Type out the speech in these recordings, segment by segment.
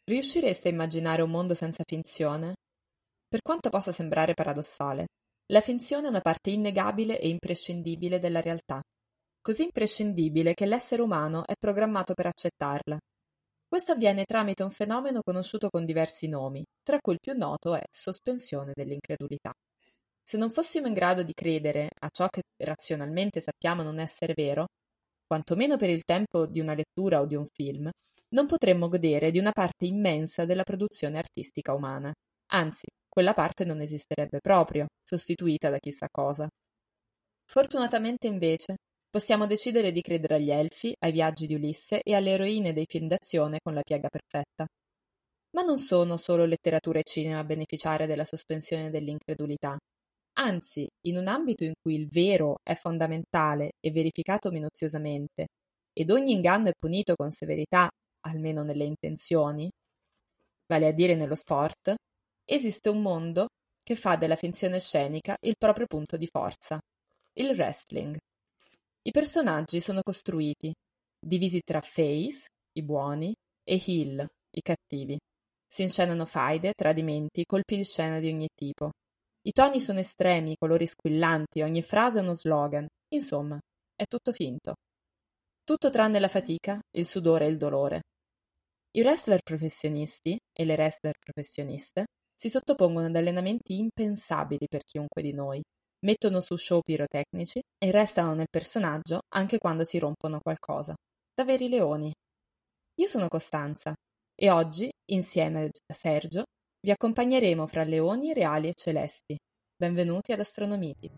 Riuscireste a immaginare un mondo senza finzione? Per quanto possa sembrare paradossale, la finzione è una parte innegabile e imprescindibile della realtà, così imprescindibile che l'essere umano è programmato per accettarla. Questo avviene tramite un fenomeno conosciuto con diversi nomi, tra cui il più noto è sospensione dell'incredulità. Se non fossimo in grado di credere a ciò che razionalmente sappiamo non essere vero, quantomeno per il tempo di una lettura o di un film, non potremmo godere di una parte immensa della produzione artistica umana. Anzi, quella parte non esisterebbe proprio, sostituita da chissà cosa. Fortunatamente, invece, possiamo decidere di credere agli elfi, ai viaggi di Ulisse e alle eroine dei film d'azione con la piega perfetta. Ma non sono solo letteratura e cinema a beneficiare della sospensione dell'incredulità. Anzi, in un ambito in cui il vero è fondamentale e verificato minuziosamente, ed ogni inganno è punito con severità, almeno nelle intenzioni, vale a dire nello sport, esiste un mondo che fa della finzione scenica il proprio punto di forza, il wrestling. I personaggi sono costruiti, divisi tra face, i buoni, e heel, i cattivi. Si inscenano faide, tradimenti, colpi di scena di ogni tipo. I toni sono estremi, i colori squillanti, ogni frase è uno slogan. Insomma, è tutto finto. Tutto tranne la fatica, il sudore e il dolore. I wrestler professionisti e le wrestler professioniste si sottopongono ad allenamenti impensabili per chiunque di noi, mettono su show pirotecnici e restano nel personaggio anche quando si rompono qualcosa. Da veri leoni. Io sono Costanza e oggi, insieme a Sergio, vi accompagneremo fra leoni reali e celesti. Benvenuti ad Astronomiti.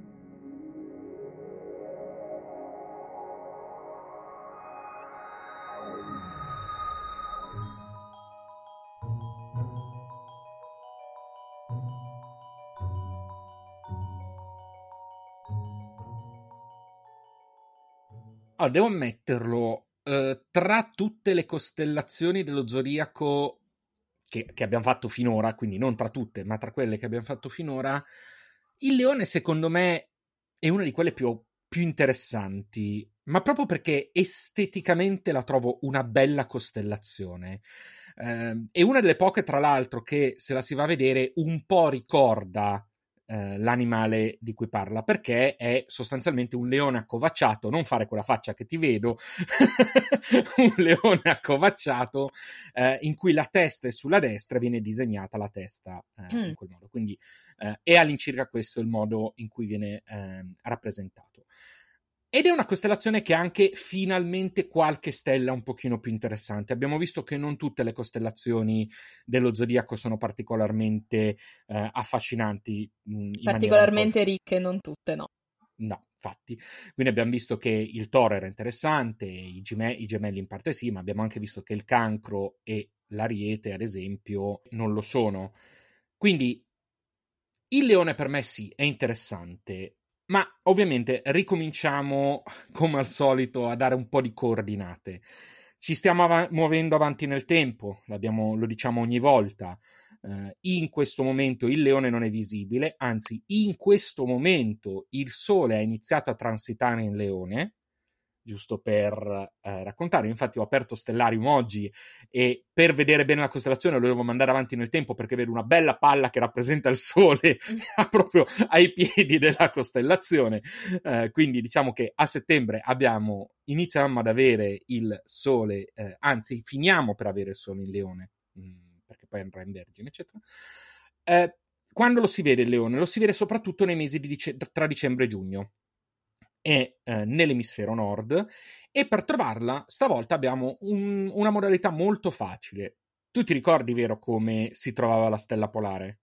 Devo ammetterlo, tra tutte le costellazioni dello zodiaco che abbiamo fatto finora, quindi non tra tutte, ma tra quelle che abbiamo fatto finora, il leone secondo me è una di quelle più interessanti, ma proprio perché esteticamente la trovo una bella costellazione. È una delle poche, tra l'altro, che se la si va a vedere un po' ricorda l'animale di cui parla, perché è sostanzialmente un leone accovacciato. Non fare quella faccia che ti vedo. Un leone accovacciato in cui la testa è sulla destra e viene disegnata la testa in quel modo, quindi è all'incirca questo il modo in cui viene rappresentato. Ed è una costellazione che ha anche finalmente qualche stella un pochino più interessante. Abbiamo visto che non tutte le costellazioni dello zodiaco sono particolarmente affascinanti. Particolarmente ricche, non tutte, no. No, infatti. Quindi abbiamo visto che il Toro era interessante, i gemelli in parte sì, ma abbiamo anche visto che il Cancro e l'Ariete, ad esempio, non lo sono. Quindi il Leone per me sì, è interessante. Ma ovviamente ricominciamo come al solito a dare un po' di coordinate. Ci stiamo muovendo avanti nel tempo, lo diciamo ogni volta. In questo momento il leone non è visibile, anzi in questo momento il Sole ha iniziato a transitare in Leone, giusto per raccontare. Infatti ho aperto Stellarium oggi e per vedere bene la costellazione lo devo mandare avanti nel tempo, perché vedo una bella palla che rappresenta il Sole proprio ai piedi della costellazione. Quindi diciamo che a settembre iniziamo ad avere il Sole, anzi finiamo per avere il Sole in Leone, perché poi andrà in Vergine, eccetera. Quando lo si vede il Leone? Lo si vede soprattutto nei mesi tra dicembre e giugno. È nell'emisfero nord, e per trovarla stavolta abbiamo una modalità molto facile. Tu ti ricordi, vero, come si trovava la stella polare?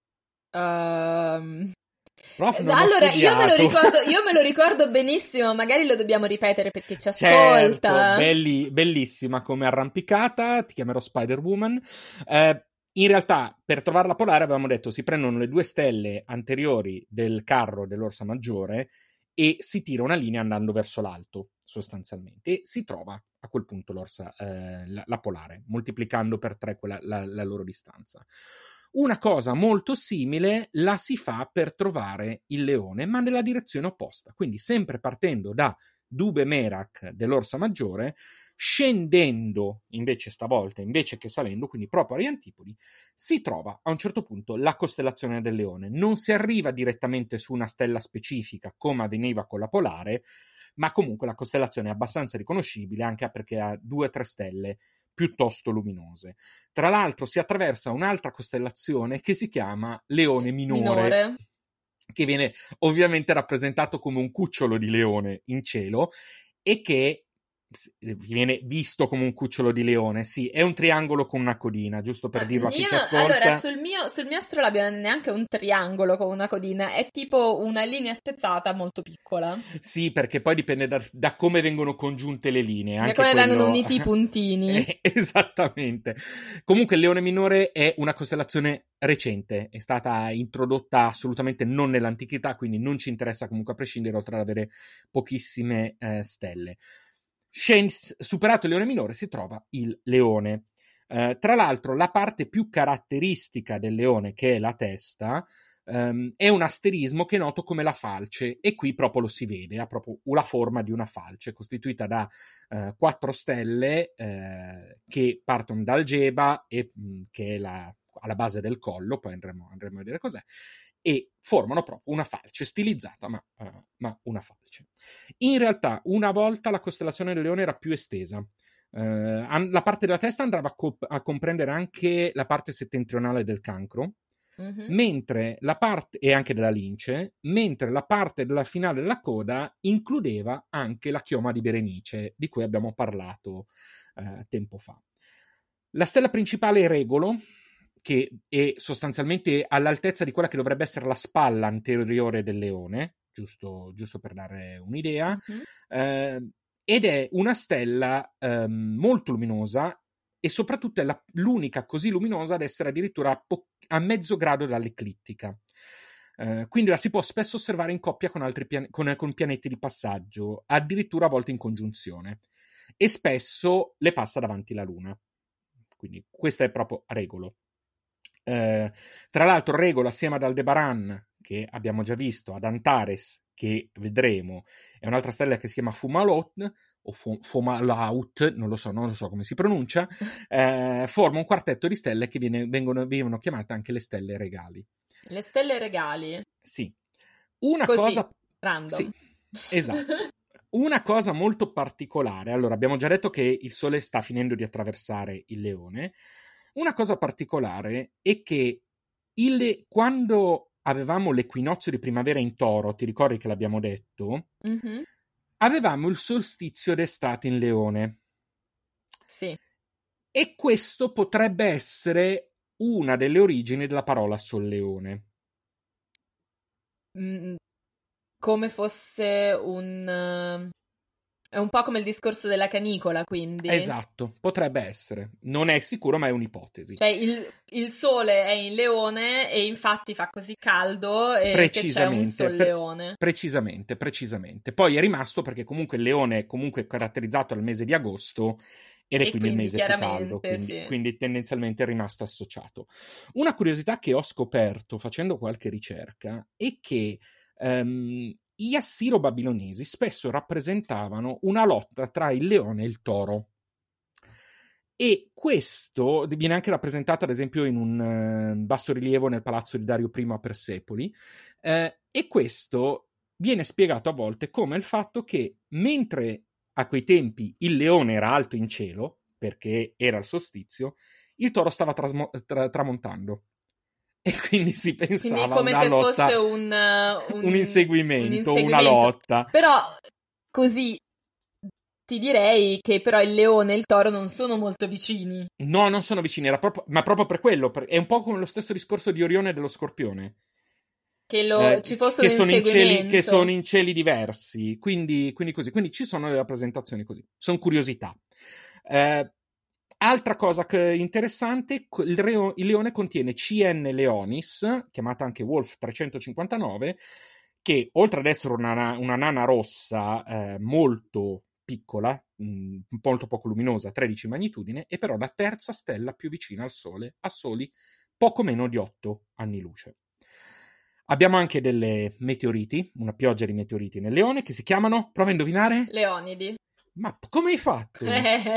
Prof, non Allora, studiato. io me lo ricordo benissimo, magari lo dobbiamo ripetere per chi ci ascolta. Certo, bellissima come arrampicata, ti chiamerò Spider-Woman. In realtà, per trovarla polare avevamo detto si prendono le due stelle anteriori del carro dell'Orsa Maggiore e si tira una linea andando verso l'alto, sostanzialmente, e si trova a quel punto la polare, moltiplicando per 3 la loro distanza. Una cosa molto simile la si fa per trovare il leone, ma nella direzione opposta, quindi sempre partendo da Dube Merak dell'Orsa Maggiore, Scendendo invece stavolta, invece che salendo, quindi proprio agli antipodi, si trova a un certo punto la costellazione del Leone. Non si arriva direttamente su una stella specifica come avveniva con la polare, ma comunque la costellazione è abbastanza riconoscibile, anche perché ha 2 o 3 stelle piuttosto luminose. Tra l'altro si attraversa un'altra costellazione che si chiama Leone Minore, che viene ovviamente rappresentato come un cucciolo di leone in cielo e che viene visto come un cucciolo di leone. Sì, è un triangolo con una codina, giusto per dirlo a chi ci ascolta. Allora, sul mio astrolabio non è neanche un triangolo con una codina, è tipo una linea spezzata molto piccola. Sì, perché poi dipende da come vengono congiunte le linee. Da come vengono uniti i puntini. Esattamente. Comunque il Leone Minore è una costellazione recente, è stata introdotta assolutamente non nell'antichità, quindi non ci interessa comunque a prescindere, oltre ad avere pochissime stelle. Superato il Leone Minore si trova il Leone. Tra l'altro la parte più caratteristica del leone, che è la testa, è un asterismo che è noto come la falce, e qui proprio lo si vede, ha proprio la forma di una falce costituita da 4 stelle che partono dal Geba e che è alla base del collo, poi andremo a vedere cos'è, e formano proprio una falce stilizzata, ma una falce. In realtà una volta la costellazione del Leone era più estesa. La parte della testa andava a comprendere anche la parte settentrionale del Cancro, mentre la parte, e anche della Lince, mentre la parte della finale della coda includeva anche la chioma di Berenice, di cui abbiamo parlato tempo fa. La stella principale è Regolo, che è sostanzialmente all'altezza di quella che dovrebbe essere la spalla anteriore del leone, giusto per dare un'idea, ed è una stella molto luminosa, e soprattutto è l'unica così luminosa ad essere addirittura a mezzo grado dall'eclittica. Quindi la si può spesso osservare in coppia con altri con pianeti di passaggio, addirittura a volte in congiunzione, e spesso le passa davanti la Luna. Quindi questa è proprio Regolo. Tra l'altro Regolo, assieme ad Aldebaran, che abbiamo già visto, ad Antares, che vedremo, è un'altra stella che si chiama Fomalhaut, o Fomalhaut, non lo so come si pronuncia, forma un quartetto di stelle che vengono chiamate anche le stelle regali. Le stelle regali? Sì. Una così, cosa... random. Sì, esatto. Una cosa molto particolare, allora abbiamo già detto che il Sole sta finendo di attraversare il Leone. Una cosa particolare è che quando avevamo l'equinozio di primavera in Toro, ti ricordi che l'abbiamo detto? Avevamo il solstizio d'estate in Leone. Sì. E questo potrebbe essere una delle origini della parola solleone. Come fosse è un po' come il discorso della canicola, quindi. Esatto, potrebbe essere. Non è sicuro, ma è un'ipotesi. Cioè il sole è in Leone e infatti fa così caldo e che c'è un solleone. Precisamente. Poi è rimasto perché comunque il Leone è comunque caratterizzato dal mese di agosto ed è quindi il mese più caldo, quindi tendenzialmente è rimasto associato. Una curiosità che ho scoperto facendo qualche ricerca è che gli assiro-babilonesi spesso rappresentavano una lotta tra il leone e il toro. E questo viene anche rappresentato ad esempio in un bassorilievo nel palazzo di Dario I a Persepoli, e questo viene spiegato a volte come il fatto che mentre a quei tempi il leone era alto in cielo, perché era il solstizio, il toro stava tramontando. E quindi si pensava come una se lotta, fosse un inseguimento, una lotta. Però così ti direi che però il leone e il toro non sono molto vicini. No, non sono vicini, ma proprio per quello. È un po' come lo stesso discorso di Orione e dello Scorpione. Che ci fosse un inseguimento. Che sono in cieli diversi. Quindi così. Quindi ci sono le rappresentazioni così. Sono curiosità. Altra cosa interessante, il leone contiene CN Leonis, chiamata anche Wolf 359, che oltre ad essere una nana rossa molto piccola, molto poco luminosa, 13 magnitudine, è però la terza stella più vicina al Sole, a soli poco meno di 8 anni luce. Abbiamo anche delle meteoriti, una pioggia di meteoriti nel Leone, che si chiamano, prova a indovinare? Leonidi. Ma come hai fatto?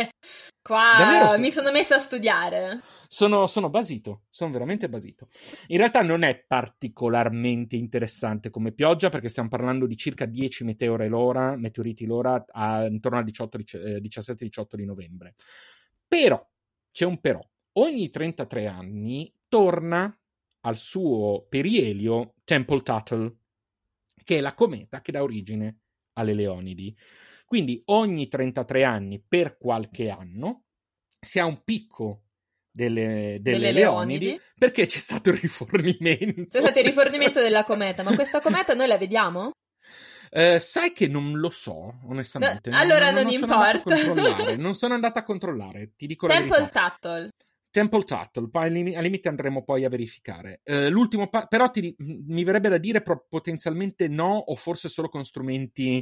Qua mi sono messa a studiare. Sono basito, sono veramente basito. In realtà non è particolarmente interessante come pioggia, perché stiamo parlando di circa 10 meteoriti l'ora intorno al 17-18 di novembre. Però, c'è un però, ogni 33 anni torna al suo perielio Temple Tuttle, che è la cometa che dà origine alle Leonidi. Quindi ogni 33 anni, per qualche anno, si ha un picco delle Leonidi, perché c'è stato il rifornimento. C'è stato il rifornimento della cometa, ma questa cometa noi la vediamo? Sai che non lo so, onestamente. No, allora non importa. importa. Non sono andato a controllare, ti dico la verità. Temple Tuttle, al limite andremo poi a verificare. L'ultimo, però mi verrebbe da dire potenzialmente no, o forse solo con strumenti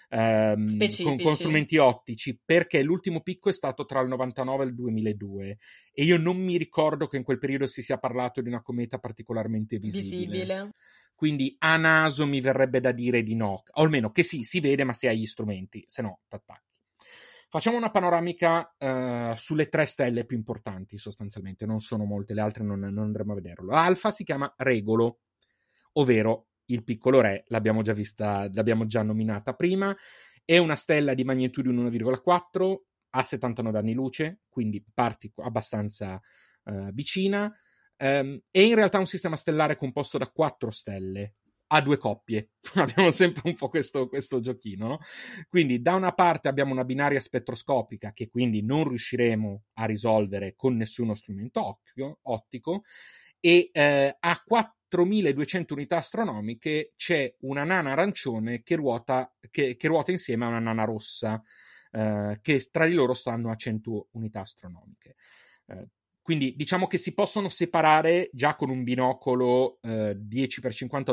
con strumenti ottici, perché l'ultimo picco è stato tra il 99 e il 2002 e io non mi ricordo che in quel periodo si sia parlato di una cometa particolarmente visibile. Quindi a naso mi verrebbe da dire di no, o almeno che sì, si vede ma si ha gli strumenti, se no t'attacchi. Facciamo una panoramica sulle 3 stelle più importanti, sostanzialmente, non sono molte, le altre non andremo a vederlo. Alfa si chiama Regolo, ovvero il piccolo re, l'abbiamo già nominata prima, è una stella di magnitudo 1,4, ha 79 anni luce, quindi parti abbastanza vicina, è in realtà un sistema stellare composto da 4 stelle, a 2 coppie. Abbiamo sempre un po' questo giochino, no? Quindi da una parte abbiamo una binaria spettroscopica che quindi non riusciremo a risolvere con nessuno strumento ottico, e a 4.200 unità astronomiche c'è una nana arancione che ruota insieme a una nana rossa, che tra di loro stanno a 100 unità astronomiche. Quindi diciamo che si possono separare già con un binocolo 10x50 o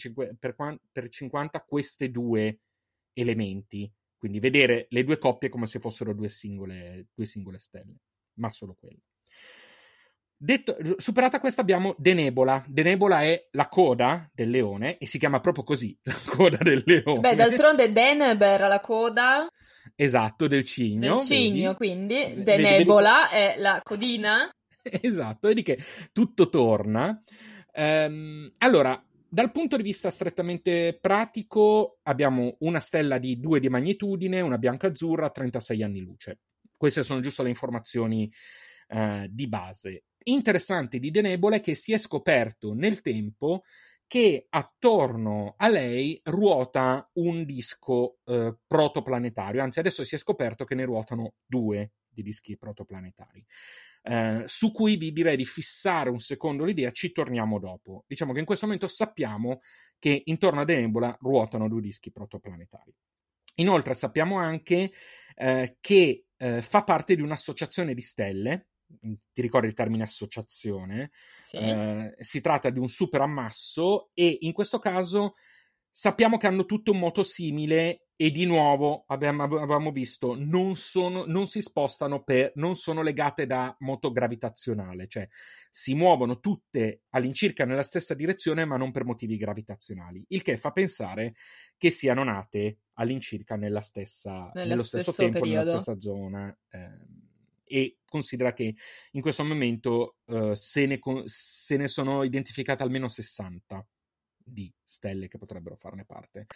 10x50 queste 2 elementi. Quindi vedere le 2 coppie come se fossero due singole stelle, ma solo quelle. Superata questa abbiamo Denebola. Denebola è la coda del leone e si chiama proprio così, la coda del leone. Beh, d'altronde Deneb era la coda. Esatto, del cigno. Del cigno, vedi? Quindi Denebola è la codina. Esatto, vedi che tutto torna. Allora, dal punto di vista strettamente pratico, abbiamo una stella di 2 di magnitudine, una bianca-azzurra, 36 anni luce. Queste sono giusto le informazioni di base. Interessante di Denebola è che si è scoperto nel tempo che attorno a lei ruota un disco protoplanetario, anzi adesso si è scoperto che ne ruotano 2 di dischi protoplanetari. Su cui vi direi di fissare un secondo l'idea, ci torniamo dopo. Diciamo che in questo momento sappiamo che intorno a Denebola ruotano 2 dischi protoplanetari. Inoltre sappiamo anche che fa parte di un'associazione di stelle. Ti ricordi il termine associazione? Sì. Si tratta di un superammasso e in questo caso sappiamo che hanno tutto un moto simile e di nuovo avevamo visto non si spostano non sono legate da moto gravitazionale, cioè si muovono tutte all'incirca nella stessa direzione ma non per motivi gravitazionali, il che fa pensare che siano nate all'incirca nello stesso tempo, periodo. Nella stessa zona, e considera che in questo momento se ne sono identificate almeno 60 di stelle che potrebbero farne parte.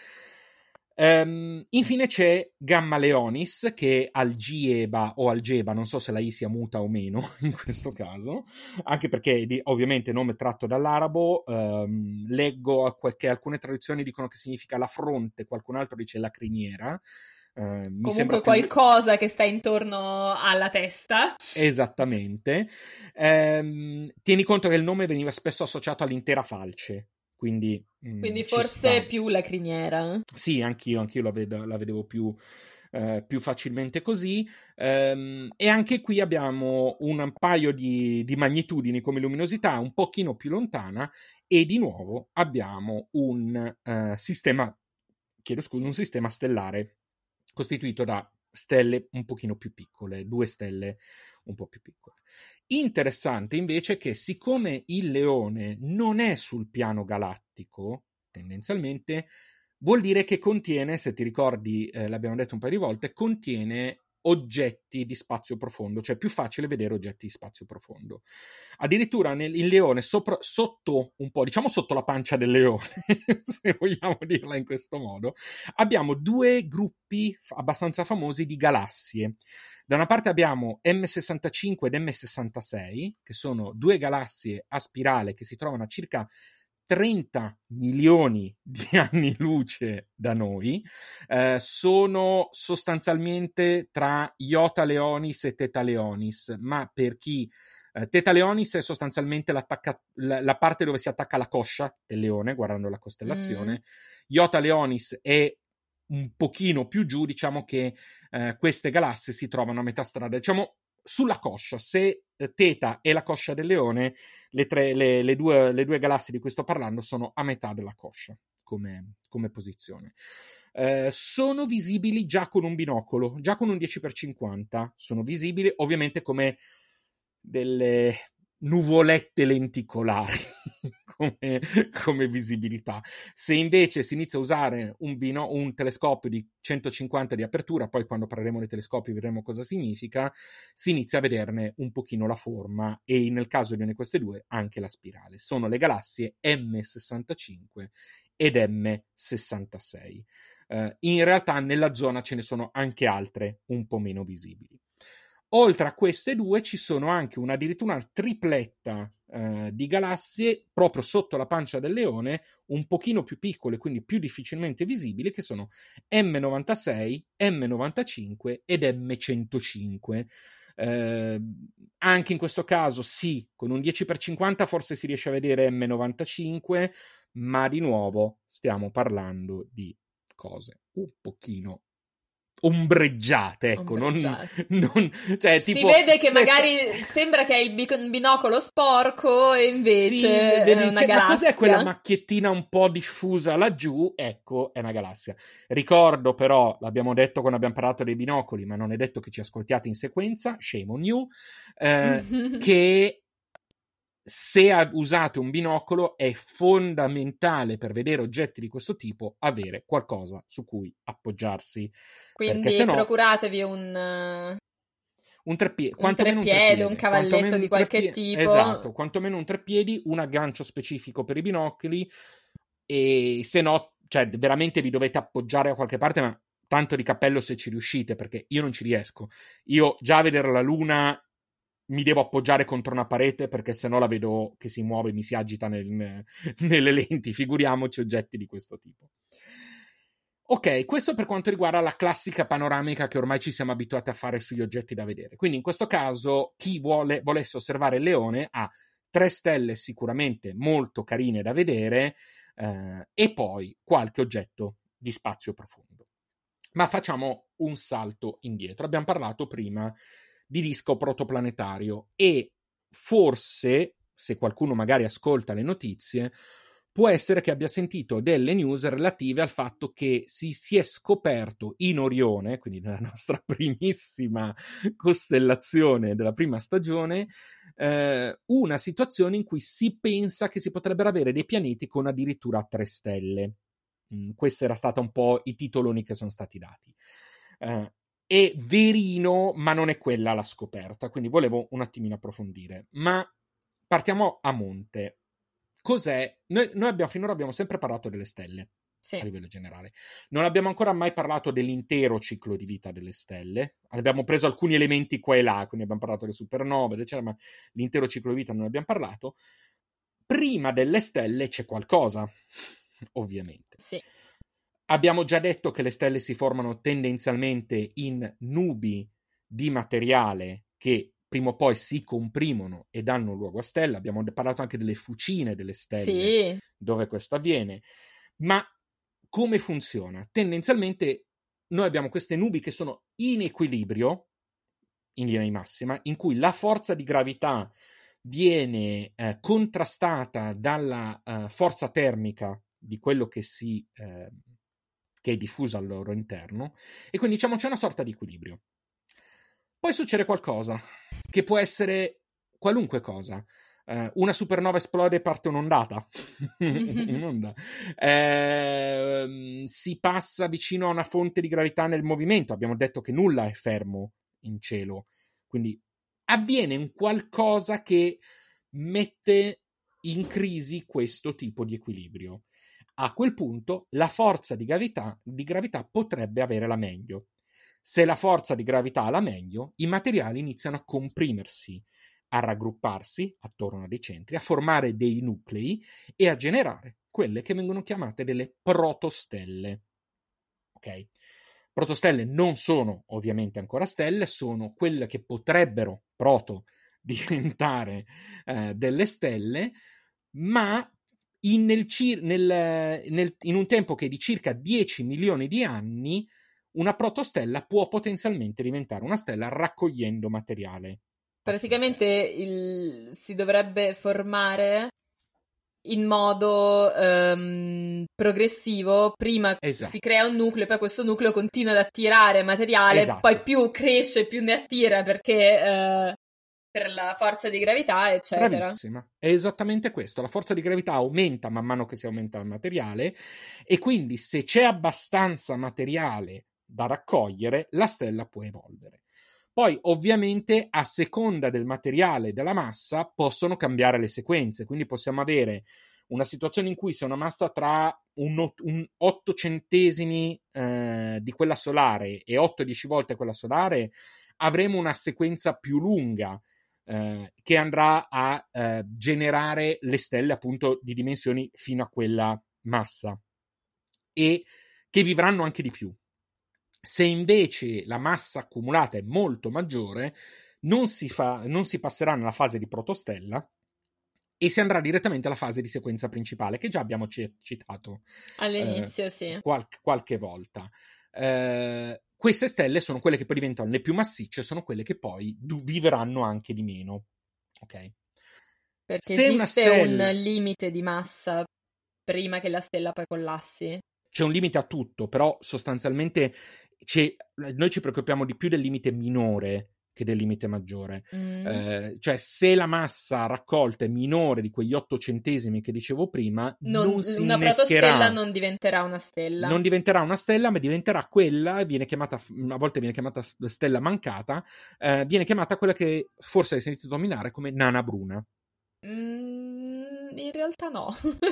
Infine c'è Gamma Leonis, che è Algieba o Algeba, non so se la I sia muta o meno in questo caso, anche perché ovviamente nome tratto dall'arabo. Leggo che alcune traduzioni dicono che significa la fronte, qualcun altro dice la criniera. Mi sembra qualcosa che sta intorno alla testa. Esattamente. Tieni conto che il nome veniva spesso associato all'intera falce. Quindi forse più la criniera. Sì, anch'io la vedevo più facilmente così. E anche qui abbiamo un paio di magnitudini come luminosità un pochino più lontana e di nuovo abbiamo un sistema stellare costituito da stelle un pochino più piccole, 2 stelle un po' più piccole. Interessante invece che siccome il Leone non è sul piano galattico, tendenzialmente vuol dire che contiene, se ti ricordi, l'abbiamo detto un paio di volte, contiene oggetti di spazio profondo, cioè è più facile vedere oggetti di spazio profondo. Addirittura il leone sotto un po', diciamo sotto la pancia del leone, se vogliamo dirla in questo modo, abbiamo due gruppi abbastanza famosi di galassie. Da una parte abbiamo M65 ed M66, che sono due galassie a spirale che si trovano a circa 30 milioni di anni luce da noi, sono sostanzialmente tra Iota Leonis e Theta Leonis, ma per chi Theta Leonis è sostanzialmente la parte dove si attacca la coscia del leone, guardando la costellazione. Iota Leonis è un pochino più giù, diciamo che queste galassie si trovano a metà strada, diciamo sulla coscia. Se Theta è la coscia del leone, le due galassie di cui sto parlando sono a metà della coscia come posizione. Sono visibili già con un binocolo, già con un 10x50 sono visibili, ovviamente come delle nuvolette lenticolari come visibilità. Se invece si inizia a usare un telescopio di 150 di apertura, poi quando parleremo dei telescopi vedremo cosa significa, si inizia a vederne un pochino la forma e nel caso di una di queste due anche la spirale. Sono le galassie M65 ed M66. In realtà nella zona ce ne sono anche altre un po' meno visibili. Oltre a queste due ci sono anche addirittura una tripletta di galassie proprio sotto la pancia del leone, un pochino più piccole, quindi più difficilmente visibili, che sono M96, M95 ed M105. Anche in questo caso sì, con un 10x50 forse si riesce a vedere M95, ma di nuovo stiamo parlando di cose un pochino ombreggiate, ecco, cioè, si tipo, vede che magari sembra che hai il binocolo sporco e invece è una galassia. Ma cos'è quella macchiettina un po' diffusa laggiù? Ecco, è una galassia. Ricordo però, l'abbiamo detto quando abbiamo parlato dei binocoli, ma non è detto che ci ascoltiate in sequenza, shame on you, che se usate un binocolo è fondamentale per vedere oggetti di questo tipo avere qualcosa su cui appoggiarsi. Quindi procuratevi un treppiede, un cavalletto di qualche tipo. Esatto, quantomeno un treppiedi, un aggancio specifico per i binocoli e se no, cioè veramente vi dovete appoggiare a qualche parte, ma tanto di cappello se ci riuscite, perché io non ci riesco. Io già a vedere la luna mi devo appoggiare contro una parete perché sennò la vedo che si muove, mi si agita nelle lenti, figuriamoci oggetti di questo tipo. Ok, questo per quanto riguarda la classica panoramica che ormai ci siamo abituati a fare sugli oggetti da vedere. Quindi in questo caso chi volesse osservare il leone ha 3 stelle sicuramente molto carine da vedere e poi qualche oggetto di spazio profondo. Ma facciamo un salto indietro. Abbiamo parlato prima di disco protoplanetario e forse, se qualcuno magari ascolta le notizie, può essere che abbia sentito delle news relative al fatto che si è scoperto in Orione, quindi nella nostra primissima costellazione della prima stagione, una situazione in cui si pensa che si potrebbero avere dei pianeti con addirittura 3 stelle. Questo era stato un po' i titoloni che sono stati dati. È verino, ma non è quella la scoperta, quindi volevo un attimino approfondire. Ma partiamo a monte. Cos'è? Noi finora abbiamo sempre parlato delle stelle, sì, a livello generale. Non abbiamo ancora mai parlato dell'intero ciclo di vita delle stelle. Abbiamo preso alcuni elementi qua e là, quindi abbiamo parlato delle supernove, eccetera, ma l'intero ciclo di vita non ne abbiamo parlato. Prima delle stelle c'è qualcosa, ovviamente. Sì. Abbiamo già detto che le stelle si formano tendenzialmente in nubi di materiale che prima o poi si comprimono e danno luogo a stelle. Abbiamo parlato anche delle fucine delle stelle, sì, dove questo avviene. Ma come funziona? Tendenzialmente noi abbiamo queste nubi che sono in equilibrio, in linea di massima, in cui la forza di gravità viene contrastata dalla forza termica di quello che è diffuso al loro interno, e quindi diciamo c'è una sorta di equilibrio. Poi succede qualcosa, che può essere qualunque cosa. una supernova esplode e parte un'ondata. Un'onda. Si passa vicino a una fonte di gravità nel movimento. Abbiamo detto che nulla è fermo in cielo. Quindi avviene un qualcosa che mette in crisi questo tipo di equilibrio. A quel punto la forza di gravità potrebbe avere la meglio. Se la forza di gravità ha la meglio, i materiali iniziano a comprimersi, a raggrupparsi attorno a dei centri, a formare dei nuclei e a generare quelle che vengono chiamate delle protostelle. Ok? Protostelle non sono ovviamente ancora stelle, sono quelle che potrebbero diventare delle stelle, ma in un tempo che è di circa 10 milioni di anni, una protostella può potenzialmente diventare una stella raccogliendo materiale. Praticamente si dovrebbe formare in modo progressivo. Prima si crea un nucleo, poi questo nucleo continua ad attirare materiale, poi più cresce, più ne attira perché per la forza di gravità, eccetera. Bravissima, è esattamente questo. La forza di gravità aumenta man mano che si aumenta il materiale e quindi se c'è abbastanza materiale da raccogliere, la stella può evolvere. Poi, ovviamente, a seconda del materiale e della massa, possono cambiare le sequenze. Quindi possiamo avere una situazione in cui se una massa tra un 8 centesimi di quella solare e 8-10 volte quella solare, avremo una sequenza più lunga che andrà a generare le stelle appunto di dimensioni fino a quella massa e che vivranno anche di più. Se invece la massa accumulata è molto maggiore, non si passerà nella fase di protostella e si andrà direttamente alla fase di sequenza principale, che già abbiamo citato all'inizio, sì. qualche volta. Queste stelle sono quelle che poi diventano le più massicce, sono quelle che poi vivranno anche di meno. Ok? Perché esiste un limite di massa prima che la stella poi collassi? C'è un limite a tutto, però sostanzialmente noi ci preoccupiamo di più del limite minore che del limite maggiore. Cioè, se la massa raccolta è minore di quegli 8 centesimi che dicevo prima, non si una protostella non diventerà una stella. Non diventerà una stella, ma diventerà quella, a volte viene chiamata stella mancata, viene chiamata quella che forse hai sentito nominare come nana bruna. In realtà no.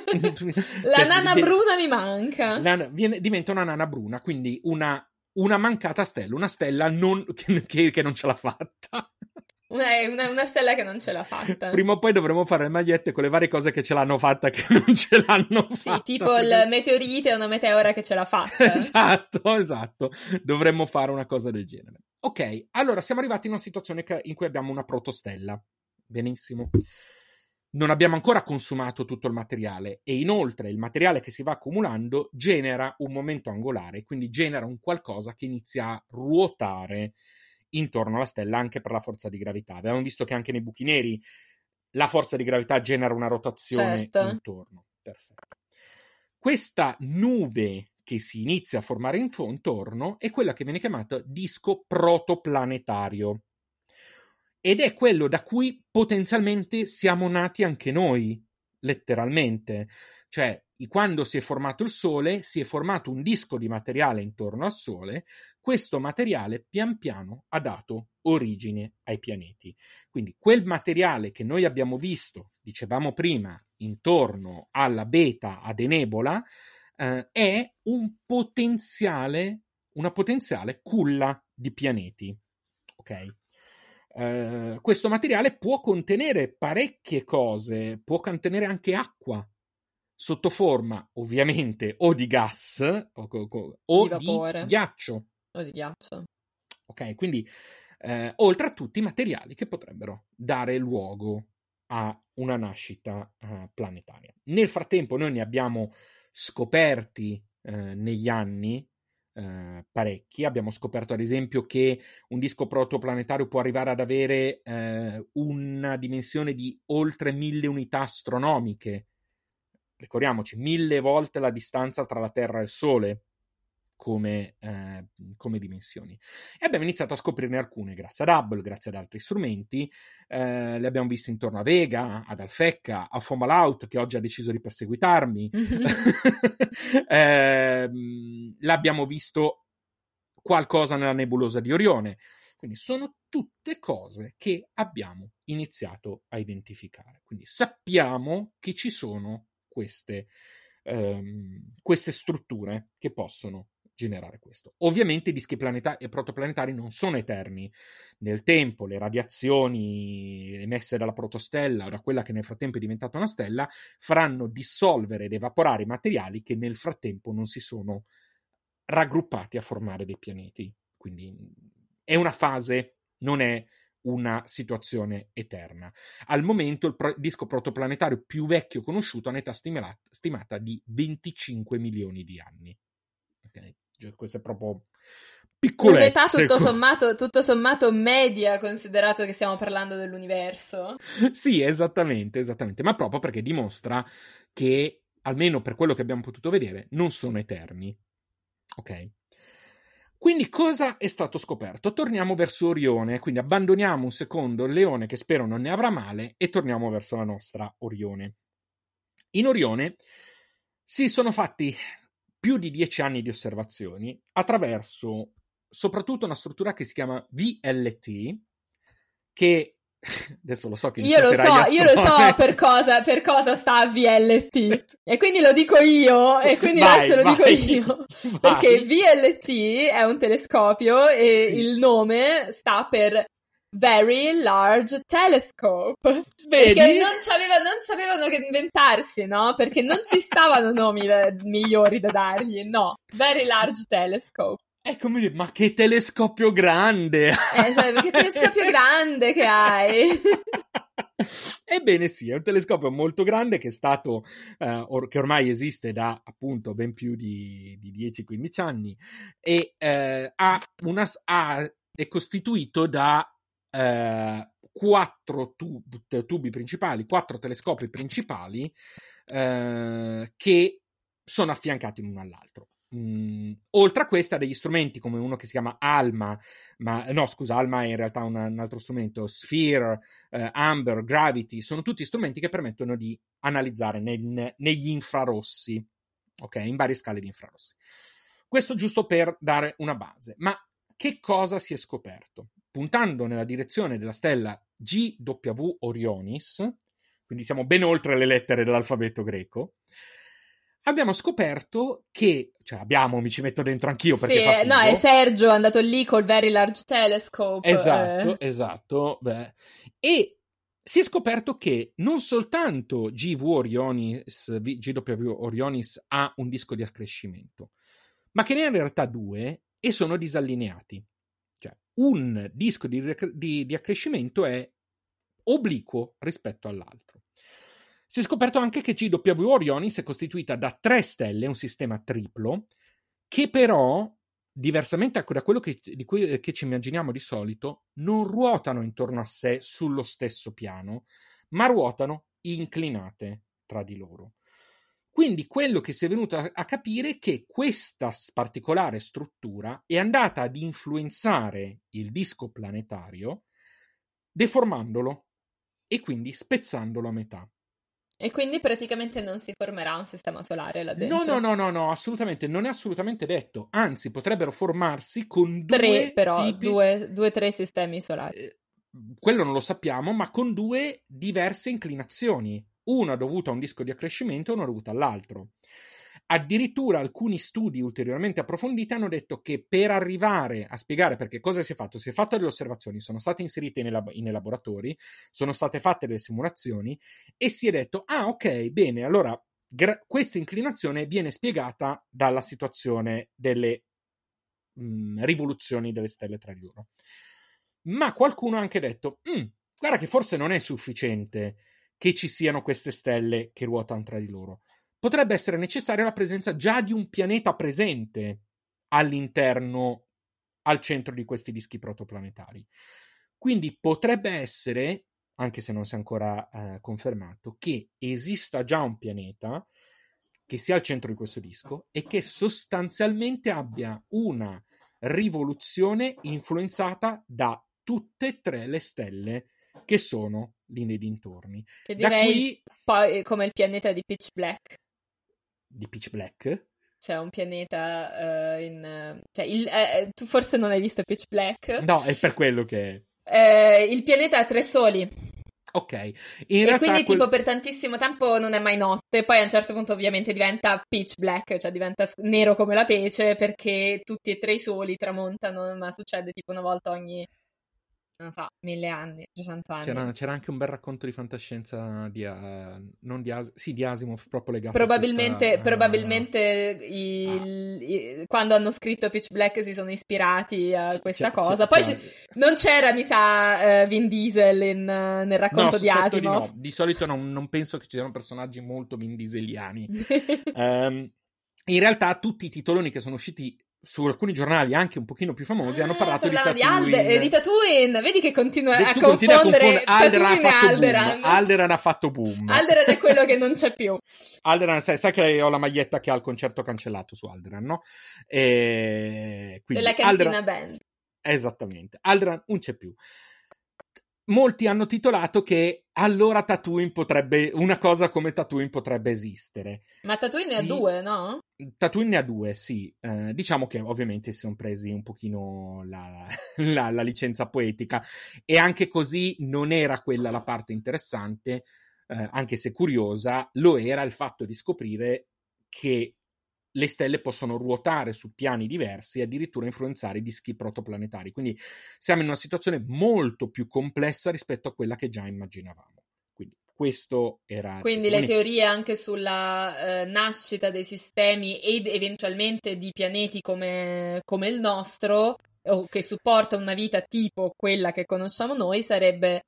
La nana bruna mi manca. Diventa una nana bruna, quindi una mancata stella, una stella che non ce l'ha fatta. Una stella che non ce l'ha fatta. Prima o poi dovremo fare le magliette con le varie cose che ce l'hanno fatta che non ce l'hanno fatta. Sì, tipo il meteorite è una meteora che ce l'ha fatta. Esatto. Dovremmo fare una cosa del genere. Ok, allora siamo arrivati in una situazione in cui abbiamo una protostella. Benissimo. Non abbiamo ancora consumato tutto il materiale e inoltre il materiale che si va accumulando genera un momento angolare, quindi genera un qualcosa che inizia a ruotare intorno alla stella anche per la forza di gravità. Abbiamo visto che anche nei buchi neri la forza di gravità genera una rotazione intorno. Perfetto. Questa nube che si inizia a formare intorno è quella che viene chiamata disco protoplanetario. Ed è quello da cui potenzialmente siamo nati anche noi, letteralmente. Cioè, quando si è formato il Sole, si è formato un disco di materiale intorno al Sole. Questo materiale pian piano ha dato origine ai pianeti. Quindi quel materiale che noi abbiamo visto, dicevamo prima, intorno alla Beta Adenebola, è una potenziale culla di pianeti. Ok? Questo materiale può contenere parecchie cose, può contenere anche acqua sotto forma ovviamente o di gas o di ghiaccio. O di ghiaccio. Ok, quindi oltre a tutti i materiali che potrebbero dare luogo a una nascita planetaria. Nel frattempo noi ne abbiamo scoperti negli anni parecchi. Abbiamo scoperto ad esempio che un disco protoplanetario può arrivare ad avere una dimensione di oltre 1000 unità astronomiche. Ricordiamoci, 1000 volte la distanza tra la Terra e il Sole. come dimensioni. E abbiamo iniziato a scoprirne alcune grazie ad Hubble, grazie ad altri strumenti. Le abbiamo viste intorno a Vega, ad Alphecca, a Fomalhaut, che oggi ha deciso di perseguitarmi. L'abbiamo visto qualcosa nella nebulosa di Orione. Quindi sono tutte cose che abbiamo iniziato a identificare. Quindi sappiamo che ci sono queste strutture che possono generare questo. Ovviamente i dischi planetari e protoplanetari non sono eterni nel tempo. Le radiazioni emesse dalla protostella o da quella che nel frattempo è diventata una stella faranno dissolvere ed evaporare i materiali che nel frattempo non si sono raggruppati a formare dei pianeti. Quindi è una fase, non è una situazione eterna. Al momento il disco protoplanetario più vecchio conosciuto ha un'età stimata di 25 milioni di anni. Okay? Questo è proprio piccolezze. Un'età tutto sommato media, considerato che stiamo parlando dell'universo. Sì, esattamente, ma proprio perché dimostra che, almeno per quello che abbiamo potuto vedere, non sono eterni. Ok? Quindi cosa è stato scoperto? Torniamo verso Orione, quindi abbandoniamo un secondo il Leone, che spero non ne avrà male, e torniamo verso la nostra Orione. In Orione si sono fatti più di 10 anni di osservazioni attraverso soprattutto una struttura che si chiama VLT, che adesso lo so che io lo so per cosa sta VLT e quindi lo dico io e quindi adesso lo dico io perché VLT è un telescopio e il nome sta per Very Large Telescope. Vedi? Perché non sapevano che inventarsi, no? Perché non ci stavano nomi migliori da dargli, no. Very Large Telescope. È come dire, ma che telescopio grande! Che telescopio grande che hai! Ebbene sì, è un telescopio molto grande che è stato, che ormai esiste da appunto ben più di 10-15 anni e è costituito da 4 tubi principali, 4 telescopi principali che sono affiancati l'uno all'altro. Oltre a questa ha degli strumenti come uno che si chiama ALMA, ALMA è in realtà un altro strumento, Sphere, Amber, Gravity, sono tutti strumenti che permettono di analizzare negli infrarossi, ok, in varie scale di infrarossi. Questo giusto per dare una base. Ma che cosa si è scoperto? Puntando nella direzione della stella GW Orionis, quindi siamo ben oltre le lettere dell'alfabeto greco, abbiamo scoperto che, mi ci metto dentro anch'io perché fa figo. No, è Sergio, è andato lì col Very Large Telescope. Esatto. Beh. E si è scoperto che non soltanto GW Orionis ha un disco di accrescimento, ma che ne ha in realtà 2 e sono disallineati. Cioè, un disco di accrescimento è obliquo rispetto all'altro. Si è scoperto anche che GW Orionis è costituita da 3 stelle, un sistema triplo, che però, diversamente da quello che ci immaginiamo di solito, non ruotano intorno a sé sullo stesso piano, ma ruotano inclinate tra di loro. Quindi quello che si è venuto a capire è che questa particolare struttura è andata ad influenzare il disco planetario, deformandolo e quindi spezzandolo a metà. E quindi praticamente non si formerà un sistema solare là dentro. No, assolutamente, non è assolutamente detto. Anzi, potrebbero formarsi con tre o tre sistemi solari. Quello non lo sappiamo, ma con 2 diverse inclinazioni. Una dovuta a un disco di accrescimento e una dovuta all'altro. Addirittura alcuni studi ulteriormente approfonditi hanno detto che per arrivare a spiegare perché cosa si è fatto delle osservazioni, sono state inserite nei laboratori, sono state fatte delle simulazioni e si è detto, ok, bene, allora questa inclinazione viene spiegata dalla situazione delle rivoluzioni delle stelle tra di loro. Ma qualcuno ha anche detto, guarda che forse non è sufficiente che ci siano queste stelle che ruotano tra di loro. Potrebbe essere necessaria la presenza già di un pianeta presente all'interno, al centro di questi dischi protoplanetari. Quindi potrebbe essere, anche se non si è ancora confermato, che esista già un pianeta che sia al centro di questo disco e che sostanzialmente abbia una rivoluzione influenzata da tutte e tre le stelle che sono lì nei dintorni. Che Da direi qui poi come il pianeta di Pitch Black. di Pitch Black. C'è un pianeta tu forse non hai visto Pitch Black? No, è per quello che Il pianeta ha 3 soli. ok. E realtà quindi tipo per tantissimo tempo non è mai notte, poi a un certo punto ovviamente diventa pitch black, cioè diventa nero come la pece perché tutti e tre i soli tramontano, ma succede tipo una volta ogni, non so, 1000 anni, 300 anni. C'era anche un bel racconto di fantascienza non di sì, di Asimov, proprio legato Probabilmente, a probabilmente quando hanno scritto Pitch Black si sono ispirati a questa cosa. Poi non c'era, mi sa, Vin Diesel nel racconto di Asimov. No. Di solito non penso che ci siano personaggi molto Vin Dieseliani. In realtà tutti i titoloni che sono usciti su alcuni giornali anche un pochino più famosi hanno parlato di Tatooine. Di Tatooine, vedi che continua a confondere Tatooine e Alderaan. Alderaan ha fatto boom. Alderaan è quello che non c'è più. Alderaan, sai che ho la maglietta che ha il concerto cancellato su Alderaan, no? Quindi della Cantina Band. Esattamente. Alderaan non c'è più. Molti hanno titolato che allora una cosa come Tatooine potrebbe esistere. Ma Tatooine ne ha 2, no? Tatooine ne ha 2, sì. Diciamo che ovviamente si sono presi un pochino la licenza poetica e anche così non era quella la parte interessante, anche se curiosa, lo era il fatto di scoprire che le stelle possono ruotare su piani diversi e addirittura influenzare i dischi protoplanetari. Quindi siamo in una situazione molto più complessa rispetto a quella che già immaginavamo. Quindi questo era... Quindi le teorie anche sulla nascita dei sistemi ed eventualmente di pianeti come il nostro, o che supporta una vita tipo quella che conosciamo noi, sarebbe...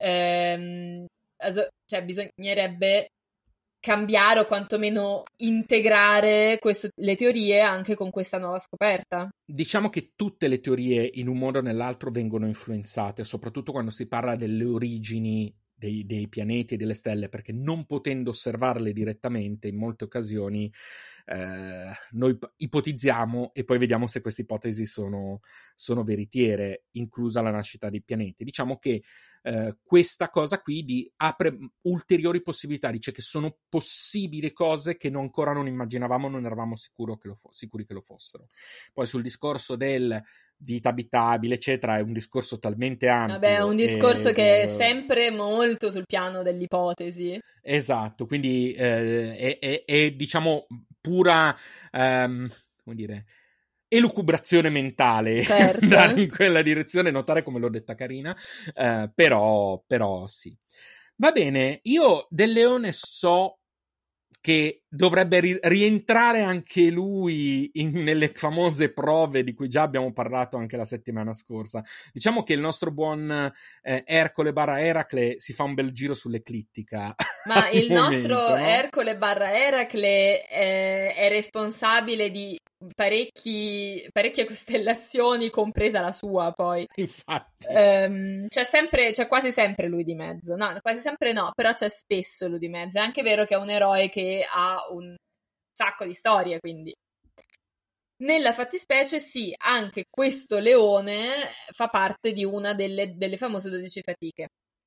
cioè bisognerebbe cambiare o quantomeno integrare le teorie anche con questa nuova scoperta. Diciamo che tutte le teorie in un modo o nell'altro vengono influenzate, soprattutto quando si parla delle origini dei pianeti e delle stelle, perché non potendo osservarle direttamente in molte occasioni noi ipotizziamo e poi vediamo se queste ipotesi sono veritiere, inclusa la nascita dei pianeti. Diciamo che questa cosa qui apre ulteriori possibilità, dice che sono possibili cose che ancora non immaginavamo, non eravamo sicuri che lo fossero. Poi sul discorso del vita abitabile eccetera è un discorso talmente ampio. Vabbè, è un discorso che è sempre molto sul piano dell'ipotesi. Esatto, quindi è diciamo pura come dire elucubrazione mentale, certo. andare in quella direzione, notare come l'ho detta carina, però sì. Va bene, io del Leone so che dovrebbe rientrare anche lui nelle famose prove di cui già abbiamo parlato anche la settimana scorsa. Diciamo che il nostro buon Ercole / Eracle si fa un bel giro sull'eclittica. Ma il nostro no? Ercole / Eracle è responsabile di parecchie costellazioni, compresa la sua, poi. Infatti. C'è quasi sempre lui di mezzo. No, quasi sempre no, però c'è spesso lui di mezzo. È anche vero che è un eroe che ha un sacco di storie, quindi. Nella fattispecie, sì, anche questo leone fa parte di una delle famose 12 fatiche.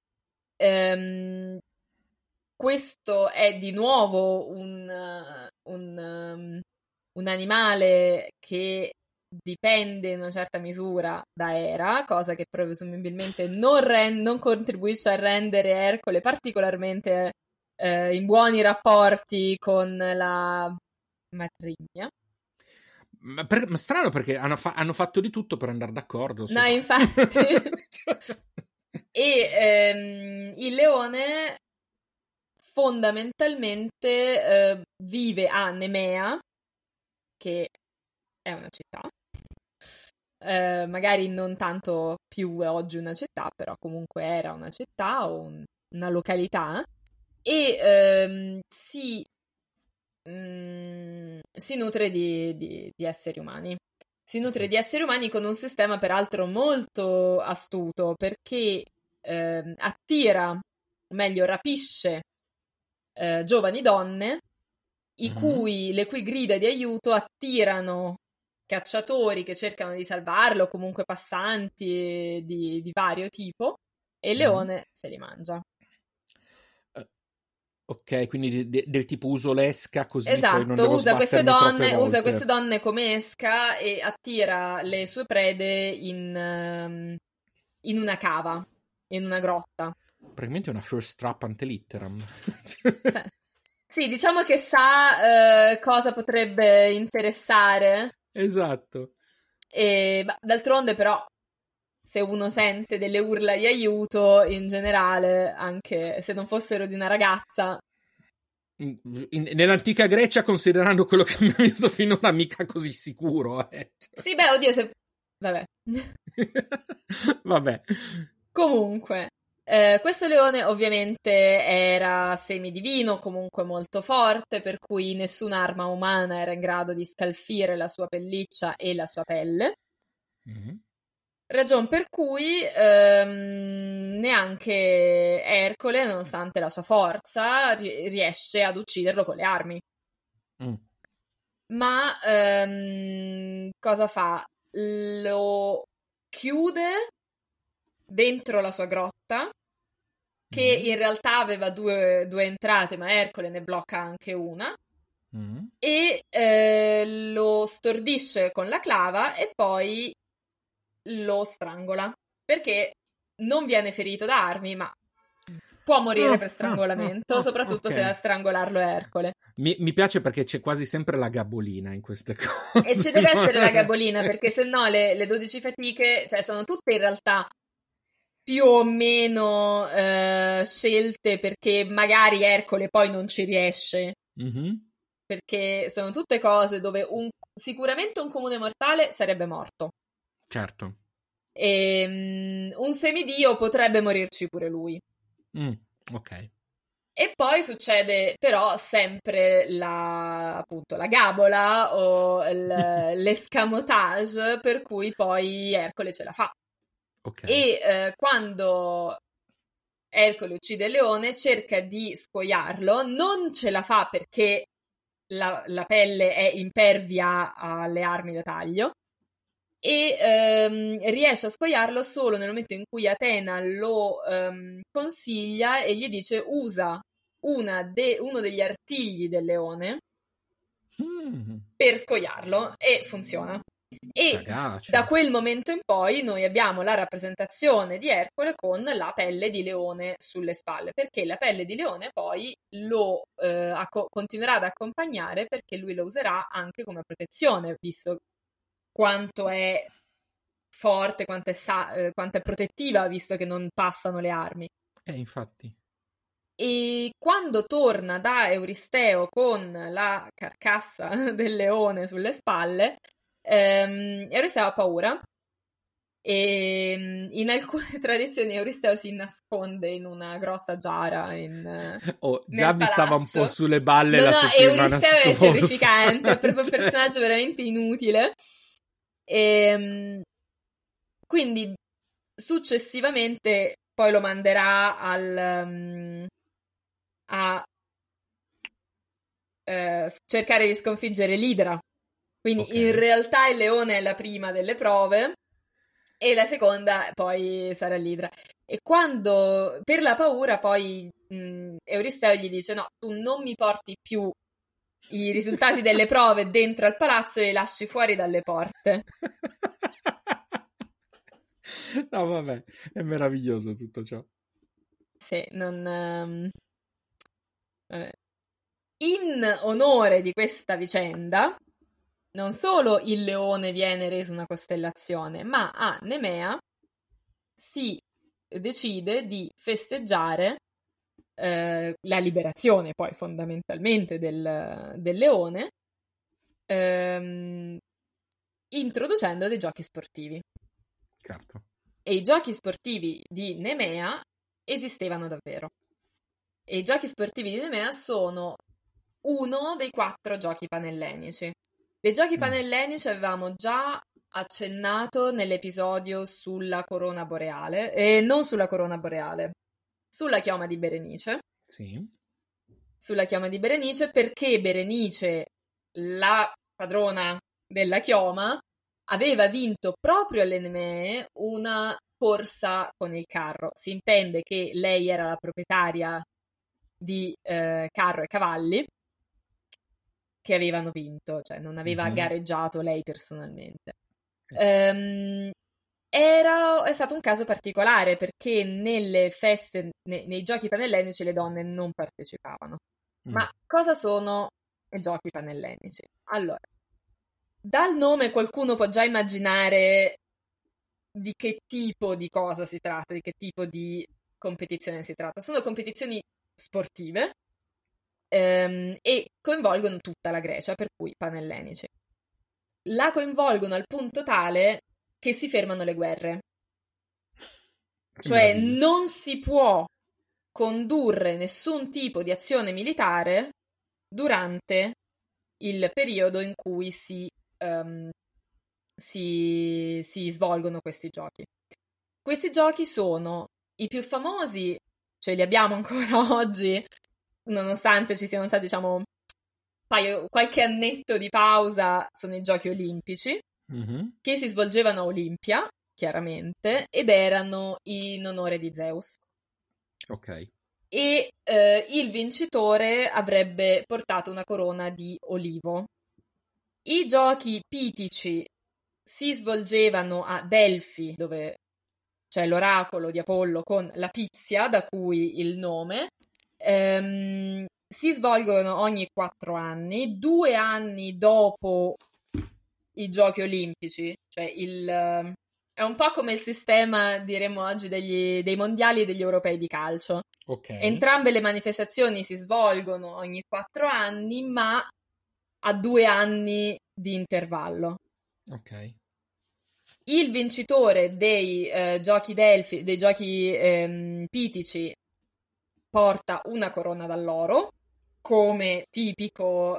Questo è di nuovo un animale che dipende in una certa misura da Hera, cosa che presumibilmente non contribuisce a rendere Ercole particolarmente in buoni rapporti con la matrigna. Ma strano perché hanno fatto di tutto per andare d'accordo. No, infatti. E il leone fondamentalmente vive a Nemea, che è una città, magari non tanto più oggi una città, però comunque era una città o una località, e si nutre di esseri umani. Si nutre di esseri umani con un sistema peraltro molto astuto, perché attira, o meglio rapisce giovani donne le cui grida di aiuto attirano cacciatori che cercano di salvarlo, o comunque passanti di vario tipo, e il leone se li mangia. Ok, quindi del tipo uso l'esca così poi non Esatto, devo sbattermi troppe usa volte. queste donne come esca e attira le sue prede in una cava, in una grotta. Praticamente è una first trap ante litteram. Sì, diciamo che sa cosa potrebbe interessare. Esatto. E d'altronde però, se uno sente delle urla di aiuto, in generale, anche se non fossero di una ragazza... Nell'antica Grecia, considerando quello che abbiamo visto finora, mica così sicuro. Sì, beh, oddio, se... Vabbè. Vabbè. Comunque, questo leone ovviamente era semidivino, comunque molto forte, per cui nessun'arma umana era in grado di scalfire la sua pelliccia e la sua pelle. Mm-hmm. Ragion per cui neanche Ercole, nonostante la sua forza, riesce ad ucciderlo con le armi. Ma cosa fa? Lo chiude dentro la sua grotta, che in realtà aveva due entrate, ma Ercole ne blocca anche una. E lo stordisce con la clava e poi lo strangola, perché non viene ferito da armi, ma può morire per strangolamento, soprattutto se a strangolarlo è Ercole. Mi piace perché c'è quasi sempre la gabolina in queste cose. E ci deve essere la gabolina, perché se no le 12 fatiche, cioè sono tutte in realtà più o meno scelte perché magari Ercole poi non ci riesce. Perché sono tutte cose dove sicuramente un comune mortale sarebbe morto. Certo. E un semidio potrebbe morirci pure lui. Ok. E poi succede però sempre appunto la gabola o l'escamotage per cui poi Ercole ce la fa. Okay. E quando Ercole uccide il leone cerca di scoiarlo, non ce la fa perché la pelle è impervia alle armi da taglio e riesce a scoiarlo solo nel momento in cui Atena lo consiglia e gli dice usa uno degli artigli del leone per scoiarlo, e funziona. E da quel momento in poi noi abbiamo la rappresentazione di Ercole con la pelle di leone sulle spalle, perché la pelle di leone poi lo continuerà ad accompagnare, perché lui lo userà anche come protezione, visto quanto è forte, quanto è protettiva, visto che non passano le armi. Infatti. E quando torna da Euristeo con la carcassa del leone sulle spalle, Euristeo ha paura e in alcune tradizioni Euristeo si nasconde in una grossa giara già mi stava un po' sulle balle la settimana Euristeo scorsa. È terrificante, è proprio un personaggio veramente inutile. Quindi successivamente poi lo manderà a cercare di sconfiggere l'Idra. Quindi in realtà il leone è la prima delle prove e la seconda poi sarà l'Idra. E quando, per la paura, poi Euristeo gli dice no, tu non mi porti più i risultati delle prove dentro al palazzo e li lasci fuori dalle porte. No, vabbè, è meraviglioso tutto ciò. Sì, non... Vabbè. In onore di questa vicenda, non solo il leone viene reso una costellazione, ma a Nemea si decide di festeggiare la liberazione, poi fondamentalmente del leone, introducendo dei giochi sportivi. Certo. E i giochi sportivi di Nemea esistevano davvero. E i giochi sportivi di Nemea sono uno dei 4 giochi panellenici. Dei giochi panellenici avevamo già accennato nell'episodio sulla corona boreale, non sulla corona boreale, sulla chioma di Berenice. Sì. sulla chioma di Berenice, perché Berenice, la padrona della chioma, aveva vinto proprio alle Nemee una corsa con il carro. Si intende che lei era la proprietaria di carro e cavalli che avevano vinto, cioè non aveva gareggiato lei personalmente. È stato un caso particolare perché nelle feste, nei giochi panellenici le donne non partecipavano. Ma cosa sono i giochi panellenici? Allora, dal nome qualcuno può già immaginare di che tipo di cosa si tratta, di che tipo di competizione si tratta. Sono competizioni sportive e coinvolgono tutta la Grecia, per cui panellenici. La coinvolgono al punto tale che si fermano le guerre. Cioè non si può condurre nessun tipo di azione militare durante il periodo in cui si svolgono questi giochi. Questi giochi sono i più famosi, cioè li abbiamo ancora oggi, nonostante ci siano stati, diciamo, qualche annetto di pausa, sono i giochi olimpici, che si svolgevano a Olimpia, chiaramente, ed erano in onore di Zeus. Ok. E il vincitore avrebbe portato una corona di olivo. I giochi pitici si svolgevano a Delfi, dove c'è l'oracolo di Apollo con la Pizia, da cui il nome. Si svolgono ogni 4 anni, 2 anni dopo i giochi olimpici, cioè è un po' come il sistema, diremmo oggi, dei mondiali e degli europei di calcio. Okay. Entrambe le manifestazioni si svolgono ogni 4 anni, ma a 2 anni di intervallo. Ok. Il vincitore dei giochi Delfi, dei giochi pitici, porta una corona d'alloro come tipica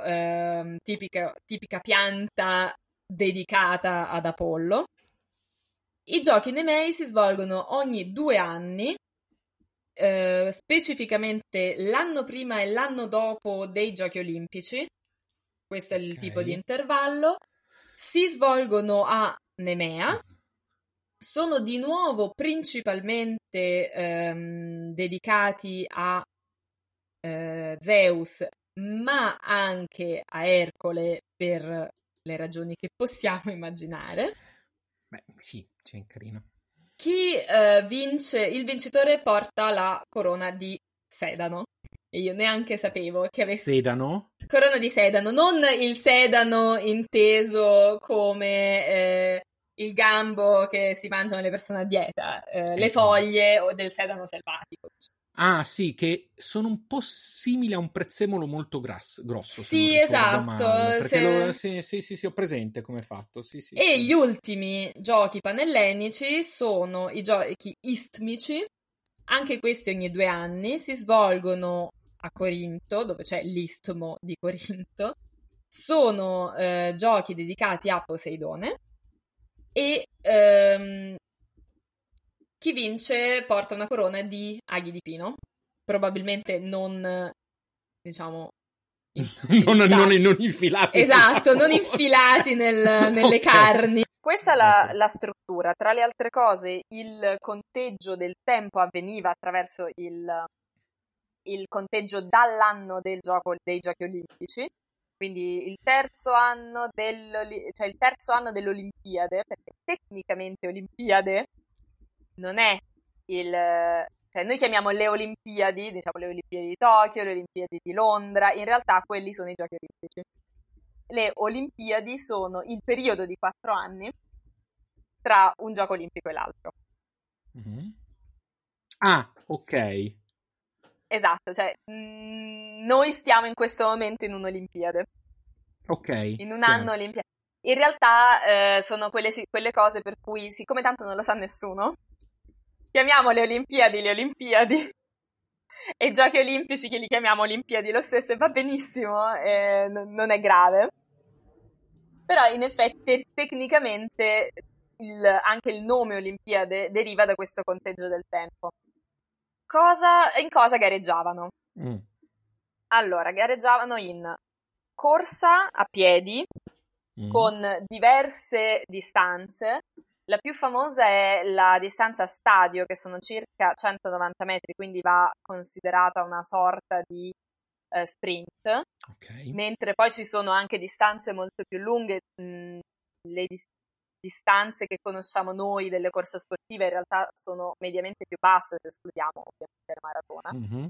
pianta dedicata ad Apollo. I giochi nemei si svolgono ogni 2 anni, specificamente l'anno prima e l'anno dopo dei giochi olimpici. Questo è il tipo di intervallo. Si svolgono a Nemea. Sono di nuovo principalmente dedicati a Zeus, ma anche a Ercole per le ragioni che possiamo immaginare. Beh, sì, c'è carino. Chi vince, il vincitore porta la corona di Sedano. E io neanche sapevo che avessi... Sedano? Corona di Sedano, non il sedano inteso come il gambo che si mangiano le persone a dieta, le foglie o del sedano selvatico. Ah, sì, che sono un po' simili a un prezzemolo molto grosso. Sì, esatto. Perché sì, ho presente come è fatto. Sì, e gli ultimi giochi panellenici sono i giochi istmici. Anche questi ogni 2 anni si svolgono a Corinto, dove c'è l'istmo di Corinto. Sono giochi dedicati a Poseidone e chi vince porta una corona di aghi di pino, probabilmente non, diciamo, non infilati. Esatto, non infilati nelle carni. Questa è la struttura. Tra le altre cose, il conteggio del tempo avveniva attraverso il conteggio dall'anno dei giochi olimpici, quindi il terzo anno dell'Olimpiade, perché tecnicamente Olimpiade non è cioè noi chiamiamo le Olimpiadi, diciamo le Olimpiadi di Tokyo, le Olimpiadi di Londra, in realtà quelli sono i giochi olimpici. Le Olimpiadi sono il periodo di 4 anni tra un gioco olimpico e l'altro. Mm-hmm. Ah, ok. Esatto, cioè noi stiamo in questo momento in un'Olimpiade. Ok. In un anno Olimpiade. In realtà sono quelle cose per cui, siccome tanto non lo sa nessuno, chiamiamo le Olimpiadi e i giochi olimpici che li chiamiamo Olimpiadi lo stesso e va benissimo, non è grave. Però in effetti tecnicamente anche il nome Olimpiade deriva da questo conteggio del tempo. In cosa gareggiavano? Allora, gareggiavano in corsa a piedi con diverse distanze. La più famosa è la distanza a stadio, che sono circa 190 metri, quindi va considerata una sorta di sprint. Ok. Mentre poi ci sono anche distanze molto più lunghe. Le distanze che conosciamo noi delle corse sportive in realtà sono mediamente più basse, se escludiamo ovviamente la maratona.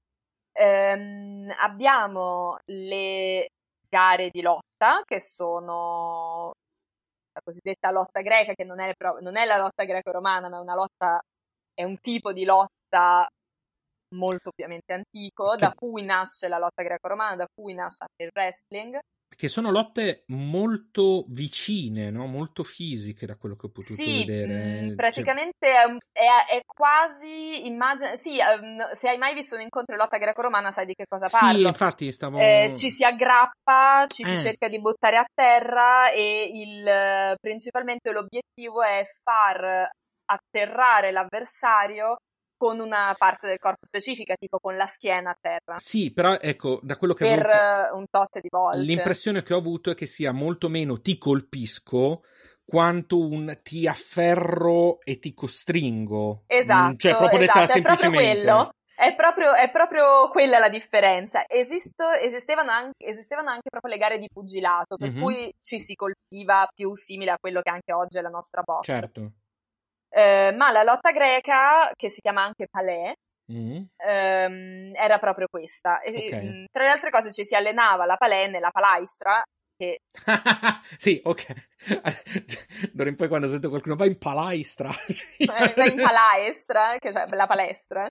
Abbiamo le gare di lotta, che sono la cosiddetta lotta greca, che non è la lotta greco-romana, ma è un tipo di lotta molto ovviamente antico, da cui nasce la lotta greco-romana, da cui nasce anche il wrestling. Che sono lotte molto vicine, no? Molto fisiche, da quello che ho potuto vedere. Praticamente è quasi, se hai mai visto un incontro di lotta greco-romana sai di che cosa parlo. Sì, infatti ci si aggrappa, ci si cerca di buttare a terra e principalmente l'obiettivo è far atterrare l'avversario con una parte del corpo specifica, tipo con la schiena a terra. Sì, però ecco, da quello che per un tot di volte. L'impressione che ho avuto è che sia molto meno ti colpisco quanto un ti afferro e ti costringo. Esatto, cioè proprio detta semplicemente. È proprio quella la differenza. Esistevano anche proprio le gare di pugilato, per cui ci si colpiva più simile a quello che anche oggi è la nostra box. Certo. Ma la lotta greca, che si chiama anche palè, era proprio questa. Okay. Tra le altre cose ci si allenava la palè nella palaistra. Che... sì, ok. D'ora in poi quando sento qualcuno va in palestra. Va in palestra, che è la palestra.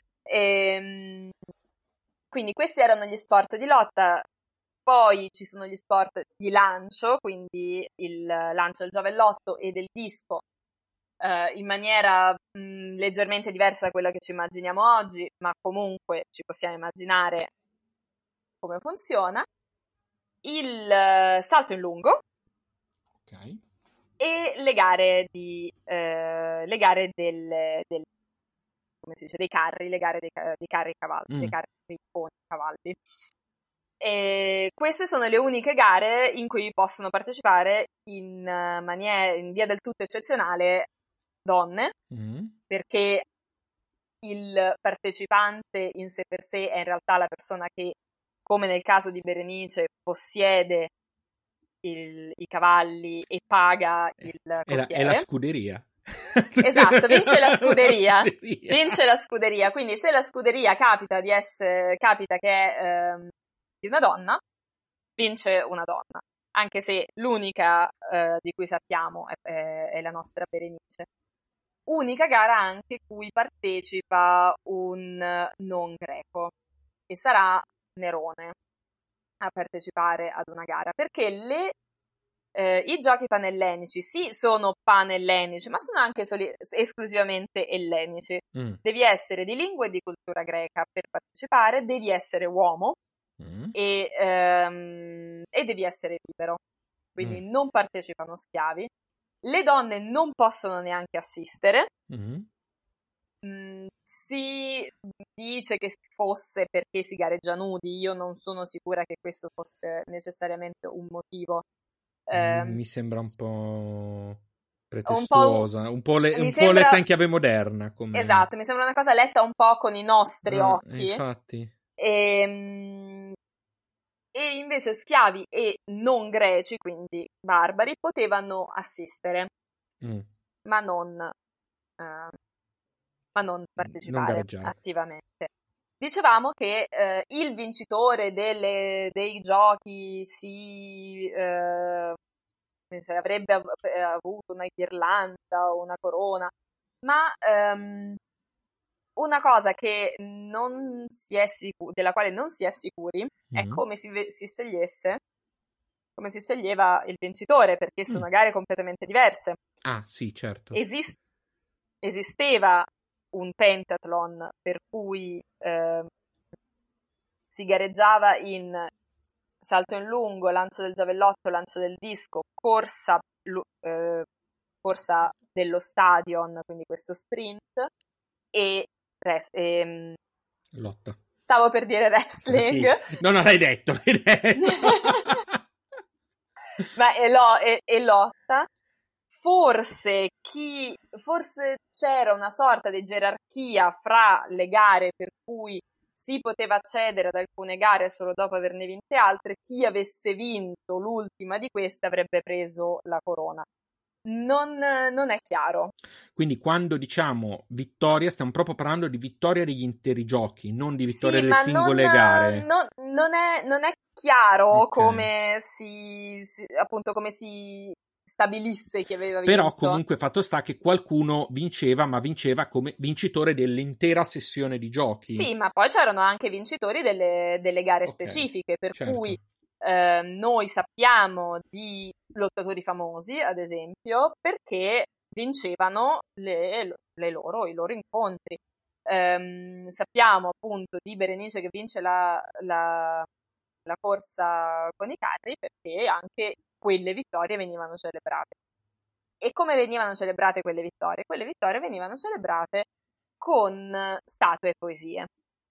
Quindi questi erano gli sport di lotta. Poi ci sono gli sport di lancio, quindi il lancio del giavellotto e del disco, in maniera leggermente diversa da quella che ci immaginiamo oggi, ma comunque ci possiamo immaginare come funziona. Il salto in lungo. Ok. E le gare come si dice, dei carri, le gare dei carri e cavalli, dei carri con cavalli. E queste sono le uniche gare in cui possono partecipare in via del tutto eccezionale donne, perché il partecipante in sé per sé è in realtà la persona che, come nel caso di Berenice, possiede i cavalli e paga il cocchiere. È la scuderia. Esatto, vince la scuderia. Quindi se la scuderia capita che è di una donna, vince una donna, anche se l'unica di cui sappiamo è la nostra Berenice. Unica gara anche cui partecipa un non greco, e sarà Nerone a partecipare ad una gara, perché i giochi panellenici sì sono panellenici, ma sono anche esclusivamente ellenici. Devi essere di lingua e di cultura greca per partecipare, devi essere uomo e devi essere libero, quindi non partecipano schiavi. Le donne non possono neanche assistere. Si dice che fosse perché si gareggia nudi, io non sono sicura che questo fosse necessariamente un motivo. Mi sembra un po' pretestuosa, un po' letta in chiave moderna. Esatto, mi sembra una cosa letta un po' con i nostri occhi. Infatti. E invece schiavi e non greci, quindi barbari, potevano assistere, ma non partecipare attivamente. Dicevamo che il vincitore dei giochi avrebbe avuto una ghirlanda o una corona, ma una cosa che non si è della quale non si è sicuri è come si sceglieva il vincitore, perché sono gare completamente diverse. Ah, sì, certo. Esisteva un pentathlon per cui si gareggiava in salto in lungo, lancio del giavellotto, lancio del disco, corsa dello stadion, quindi questo sprint, e lotta. Stavo per dire wrestling. Sì. No, l'hai detto. Ma è lotta. Forse c'era una sorta di gerarchia fra le gare per cui si poteva accedere ad alcune gare solo dopo averne vinte altre. Chi avesse vinto l'ultima di queste avrebbe preso la corona. Non è chiaro. Quindi quando diciamo vittoria stiamo proprio parlando di vittoria degli interi giochi, non di vittoria Sì, delle ma singole gare. non è chiaro Ok. come appunto come si stabilisse chi aveva vinto. Però comunque fatto sta che qualcuno vinceva, ma vinceva come vincitore dell'intera sessione di giochi. Sì, ma poi c'erano anche vincitori delle gare Ok, specifiche, per certo. cui noi sappiamo di lottatori famosi, ad esempio, perché vincevano i loro incontri. Sappiamo appunto di Berenice che vince la corsa con i carri perché anche quelle vittorie venivano celebrate. E come venivano celebrate quelle vittorie? Quelle vittorie venivano celebrate con statue e poesie.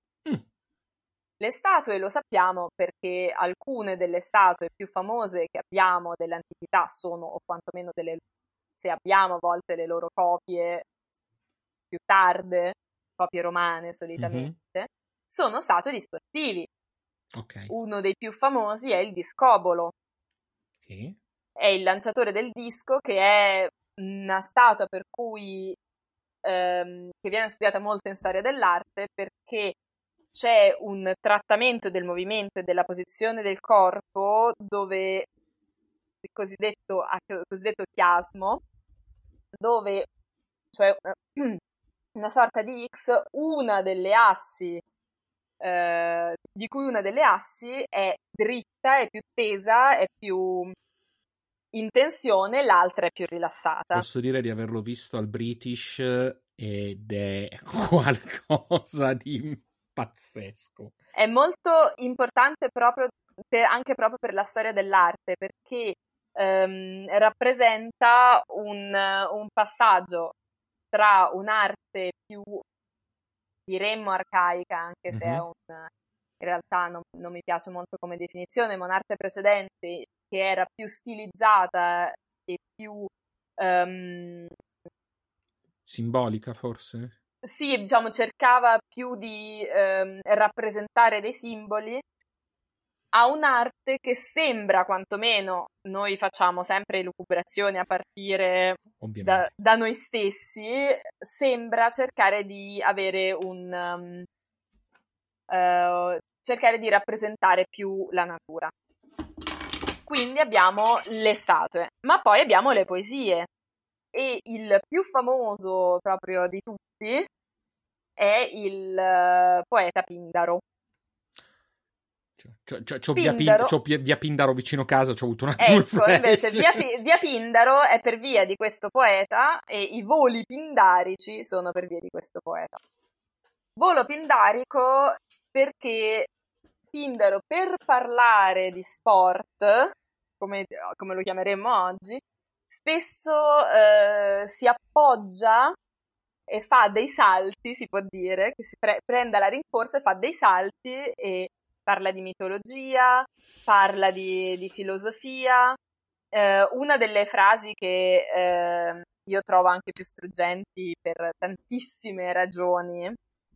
Le statue lo sappiamo perché alcune delle statue più famose che abbiamo dell'antichità sono, o quantomeno se abbiamo a volte le loro copie più tarde, copie romane solitamente, sono statue di sportivi. Ok. Uno dei più famosi è il discobolo. Okay. È il lanciatore del disco, che è una statua per cui che viene studiata molto in storia dell'arte, perché c'è un trattamento del movimento e della posizione del corpo dove il cosiddetto chiasmo, dove, cioè una sorta di X, una delle assi di cui una delle assi è dritta, è più tesa, è più in tensione, l'altra è più rilassata. Posso dire di averlo visto al British ed è qualcosa di pazzesco. È molto importante anche proprio per la storia dell'arte, perché rappresenta un passaggio tra un'arte più, diremmo, arcaica, anche se in realtà non mi piace molto come definizione, ma un'arte precedente che era più stilizzata e più Simbolica, forse? sì, diciamo, cercava più di rappresentare dei simboli, a un'arte che sembra, quantomeno, noi facciamo sempre elucubrazioni a partire Ovviamente. da noi stessi, sembra cercare di avere cercare di rappresentare più la natura. Quindi abbiamo le statue, ma poi abbiamo le poesie. E il più famoso proprio di tutti è il poeta Pindaro. C'ho Pindaro, via Pindaro vicino casa, c'ho avuto un attimo il ecco, flash. invece via Pindaro è per via di questo poeta e i voli pindarici sono per via di questo poeta. Volo pindarico perché Pindaro, per parlare di sport, come lo chiameremmo oggi, spesso si appoggia e fa dei salti, si può dire, che si prenda la rincorsa e fa dei salti e parla di mitologia, parla di filosofia. Una delle frasi che io trovo anche più struggenti per tantissime ragioni,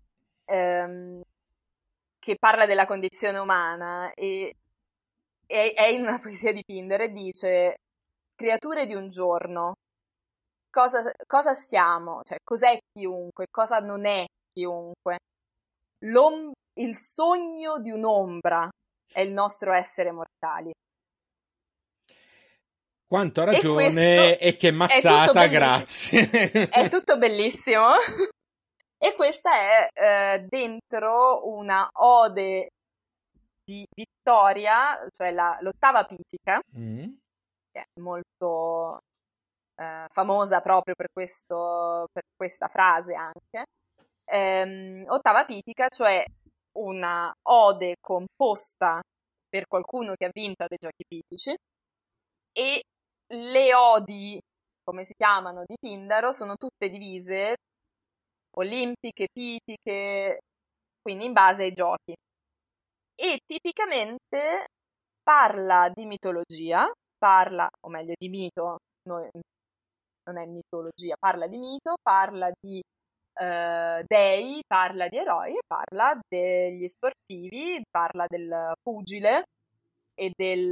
che parla della condizione umana e è in una poesia di Pindaro e dice: creature di un giorno, cosa siamo? Cioè, cos'è chiunque? Cosa non è chiunque? Il sogno di un'ombra è il nostro essere mortali. Quanto ha ragione e che mazzata, grazie. È tutto bellissimo. E questa è dentro una ode di Vittoria, cioè l'ottava pitica, che è molto famosa proprio per questa frase anche. Ottava pitica, cioè una ode composta per qualcuno che ha vinto dei giochi pitici, e le odi, come si chiamano, di Pindaro sono tutte divise, olimpiche, pitiche, quindi in base ai giochi. E tipicamente parla di mitologia, o meglio di mito, non è mitologia, parla di mito, parla di dei, parla di eroi e parla degli sportivi, parla del pugile e del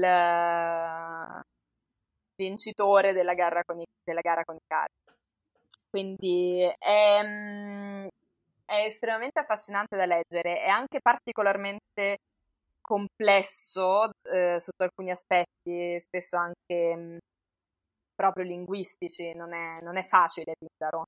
vincitore della gara con i cari. Quindi è estremamente affascinante da leggere, è anche particolarmente complesso sotto alcuni aspetti, spesso anche proprio linguistici, non è facile Pindaro.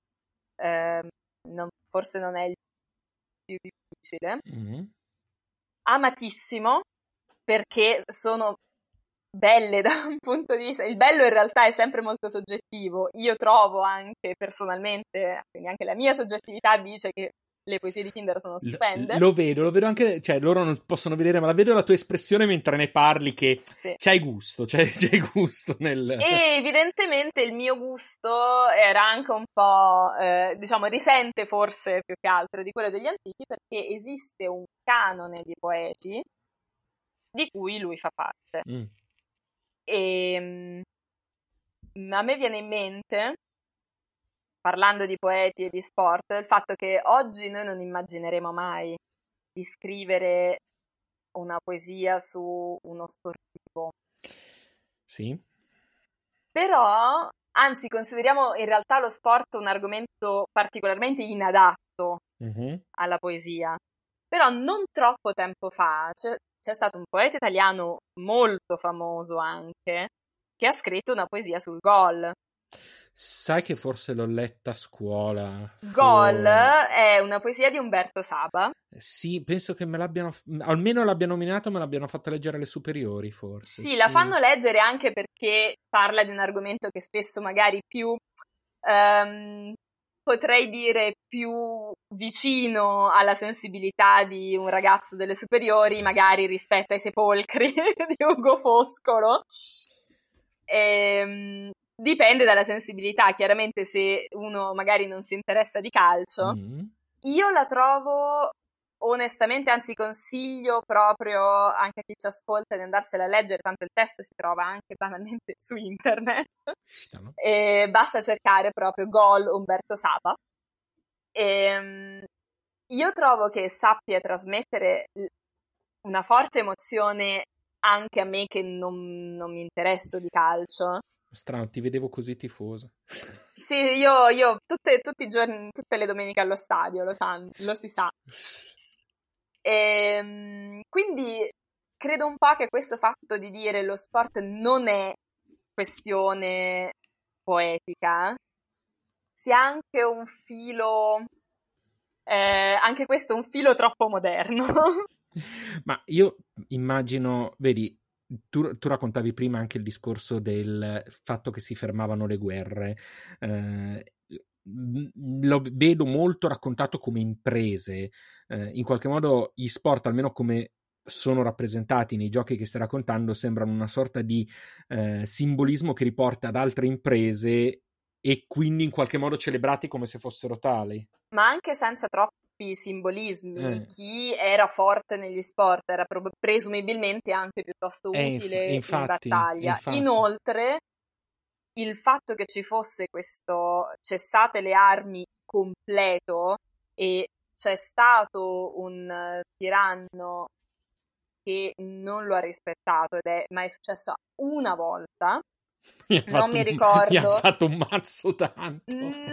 Forse non è il più difficile. Amatissimo perché sono belle da un punto di vista. Il bello in realtà è sempre molto soggettivo. Io trovo anche personalmente, quindi anche la mia soggettività dice che le poesie di Pindaro sono stupende. Lo vedo anche, cioè loro non possono vedere, ma la vedo la tua espressione mentre ne parli che sì. c'hai gusto nel... E evidentemente il mio gusto era anche un po', risente forse più che altro di quello degli antichi, perché esiste un canone di poeti di cui lui fa parte. E a me viene in mente, parlando di poeti e di sport, il fatto che oggi noi non immagineremo mai di scrivere una poesia su uno sportivo. Sì. Però, anzi, consideriamo in realtà lo sport un argomento particolarmente inadatto alla poesia. Però non troppo tempo fa c'è stato un poeta italiano molto famoso anche, che ha scritto una poesia sul gol. Sai che forse l'ho letta a scuola. Gol è una poesia di Umberto Saba. Sì, penso che almeno l'abbiano nominato, me l'abbiano fatto leggere alle superiori, forse. Sì, la fanno leggere anche perché parla di un argomento che spesso magari più, potrei dire, più vicino alla sensibilità di un ragazzo delle superiori, magari rispetto ai sepolcri di Ugo Foscolo. Dipende dalla sensibilità, chiaramente se uno magari non si interessa di calcio. Io la trovo onestamente, anzi consiglio proprio anche a chi ci ascolta di andarsela a leggere, tanto il testo si trova anche banalmente su internet. E basta cercare proprio Gol Umberto Saba. Io trovo che sappia trasmettere una forte emozione anche a me che non mi interesso di calcio. Strano, ti vedevo così tifosa. Sì, io tutti i giorni, tutte le domeniche allo stadio, lo si sa. Quindi credo un po' che questo fatto di dire lo sport non è questione poetica sia anche un filo, anche questo un filo troppo moderno. Ma io immagino, vedi, tu raccontavi prima anche il discorso del fatto che si fermavano le guerre. Lo vedo molto raccontato come imprese. In qualche modo gli sport, almeno come sono rappresentati nei giochi che stai raccontando, sembrano una sorta di simbolismo che riporta ad altre imprese e quindi in qualche modo celebrati come se fossero tali. Ma anche senza troppi simbolismi, chi era forte negli sport era presumibilmente anche piuttosto utile in battaglia. Infatti. Inoltre, il fatto che ci fosse questo cessate le armi completo e c'è stato un tiranno che non lo ha rispettato ma è successo una volta. Non mi ricordo. Mi ha fatto un mazzo tanto.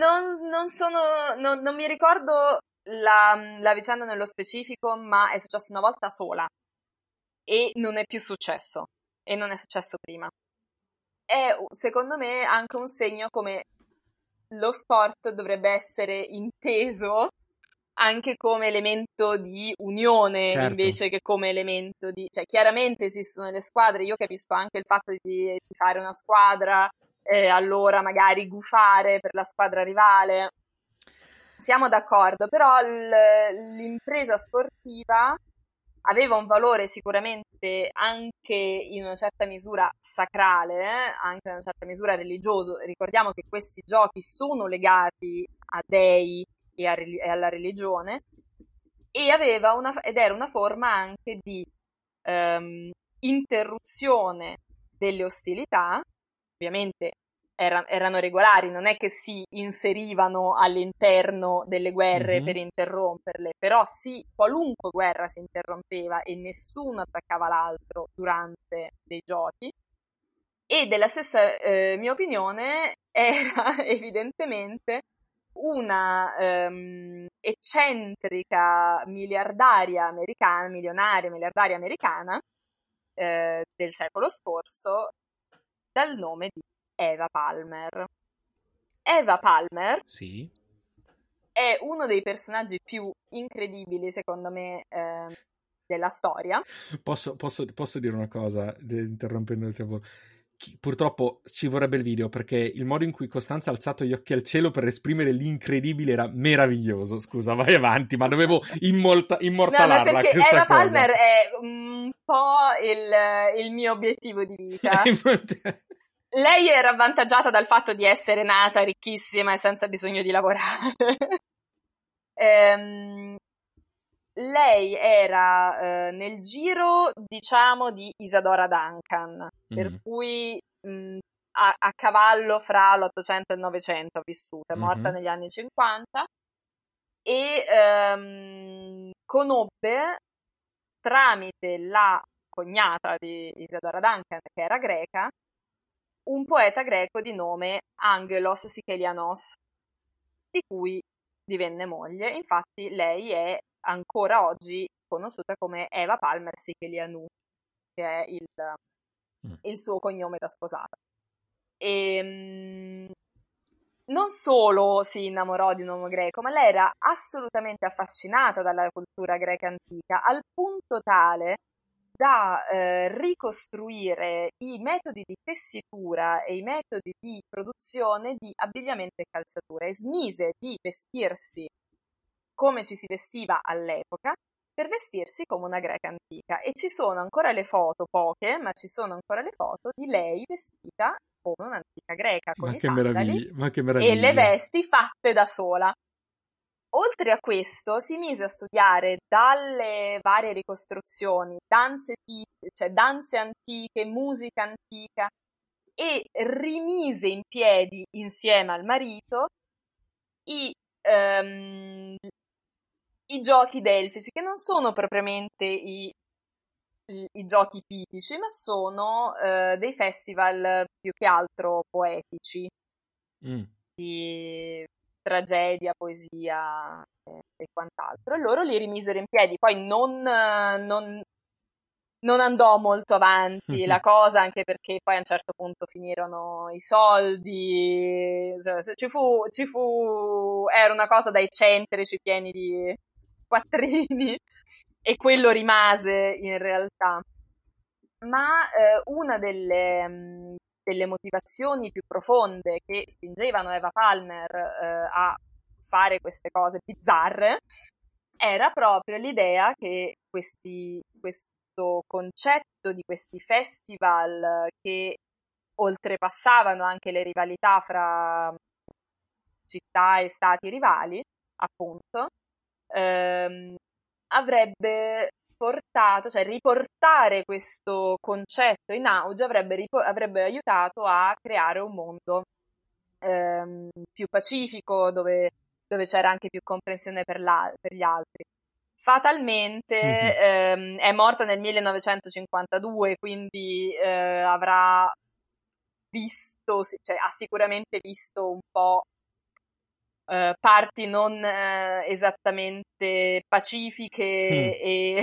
Non mi ricordo la vicenda nello specifico, ma è successo una volta sola e non è più successo e non è successo prima. È secondo me anche un segno come lo sport dovrebbe essere inteso anche come elemento di unione, certo, invece che come elemento di... Cioè, chiaramente esistono le squadre, io capisco anche il fatto di fare una squadra, allora magari gufare per la squadra rivale, siamo d'accordo, però l'impresa sportiva aveva un valore sicuramente anche in una certa misura sacrale, anche in una certa misura religioso. Ricordiamo che questi giochi sono legati a dei e alla religione, ed era una forma anche di interruzione delle ostilità. Ovviamente erano regolari, non è che si inserivano all'interno delle guerre per interromperle, però sì, qualunque guerra si interrompeva e nessuno attaccava l'altro durante dei giochi. E della stessa mia opinione era evidentemente una eccentrica milionaria americana del secolo scorso dal nome di Eva Palmer. Eva Palmer sì. è uno dei personaggi più incredibili, secondo me, della storia. Posso dire una cosa, interrompendo il tempo? Purtroppo ci vorrebbe il video, perché il modo in cui Costanza ha alzato gli occhi al cielo per esprimere l'incredibile era meraviglioso. Scusa, vai avanti, ma dovevo immortalarla. No, perché questa Eva cosa. Palmer è un po' il mio obiettivo di vita. Lei era avvantaggiata dal fatto di essere nata ricchissima e senza bisogno di lavorare. Lei era nel giro, diciamo, di Isadora Duncan, per cui a cavallo fra l'800 e il 900 ha vissuto, è morta negli anni 50, e conobbe tramite la cognata di Isadora Duncan, che era greca, un poeta greco di nome Angelos Sikelianos, di cui divenne moglie. Infatti lei è ancora oggi conosciuta come Eva Palmer Sikelianou, che è il suo cognome da sposata. E non solo si innamorò di un uomo greco, ma lei era assolutamente affascinata dalla cultura greca antica, al punto tale da ricostruire i metodi di tessitura e i metodi di produzione di abbigliamento e calzature, e smise di vestirsi come ci si vestiva all'epoca per vestirsi come una greca antica. E ci sono ancora le foto, poche, ma ci sono ancora le foto di lei vestita come un'antica greca, con i sandali e le vesti fatte da sola. Oltre a questo si mise a studiare dalle varie ricostruzioni danze antiche, musica antica, e rimise in piedi insieme al marito i giochi delfici, che non sono propriamente i giochi pitici, ma sono dei festival più che altro poetici, di tragedia, poesia e quant'altro. E loro li rimisero in piedi. Poi non andò molto avanti la cosa, anche perché poi a un certo punto finirono i soldi, era una cosa da eccentrici pieni di quattrini, e quello rimase in realtà. Ma una delle motivazioni più profonde che spingevano Eva Palmer a fare queste cose bizzarre era proprio l'idea che questo concetto di questi festival, che oltrepassavano anche le rivalità fra città e stati rivali, appunto, avrebbe portato, cioè riportare questo concetto in auge avrebbe aiutato a creare un mondo più pacifico, dove c'era anche più comprensione per gli altri. Fatalmente è morta nel 1952, quindi avrà visto, cioè ha sicuramente visto un po' parti non esattamente pacifiche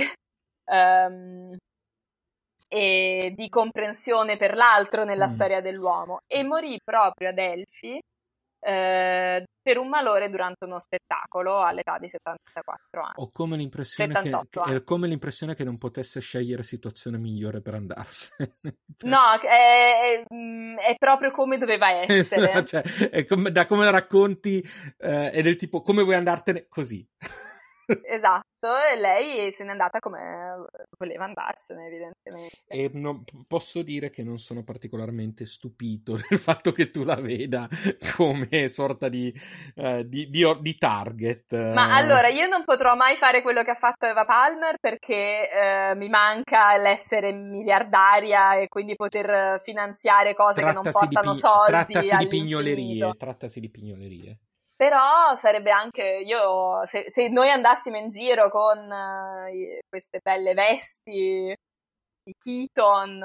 e di comprensione per l'altro nella storia dell'uomo, e morì proprio a Delfi per un malore durante uno spettacolo all'età di 74 anni. Ho come l'impressione che non potesse scegliere situazione migliore per andarsene. No, è proprio come doveva essere. Cioè, da come la racconti è del tipo, come vuoi andartene? Così. Esatto, e lei se n'è andata come voleva andarsene, evidentemente. E posso dire che non sono particolarmente stupito del fatto che tu la veda come sorta di target. Ma allora, io non potrò mai fare quello che ha fatto Eva Palmer perché mi manca l'essere miliardaria e quindi poter finanziare cose che non portano soldi all'infinito. Trattasi di pignolerie. Però sarebbe anche, io, se noi andassimo in giro con queste belle vesti, i Keaton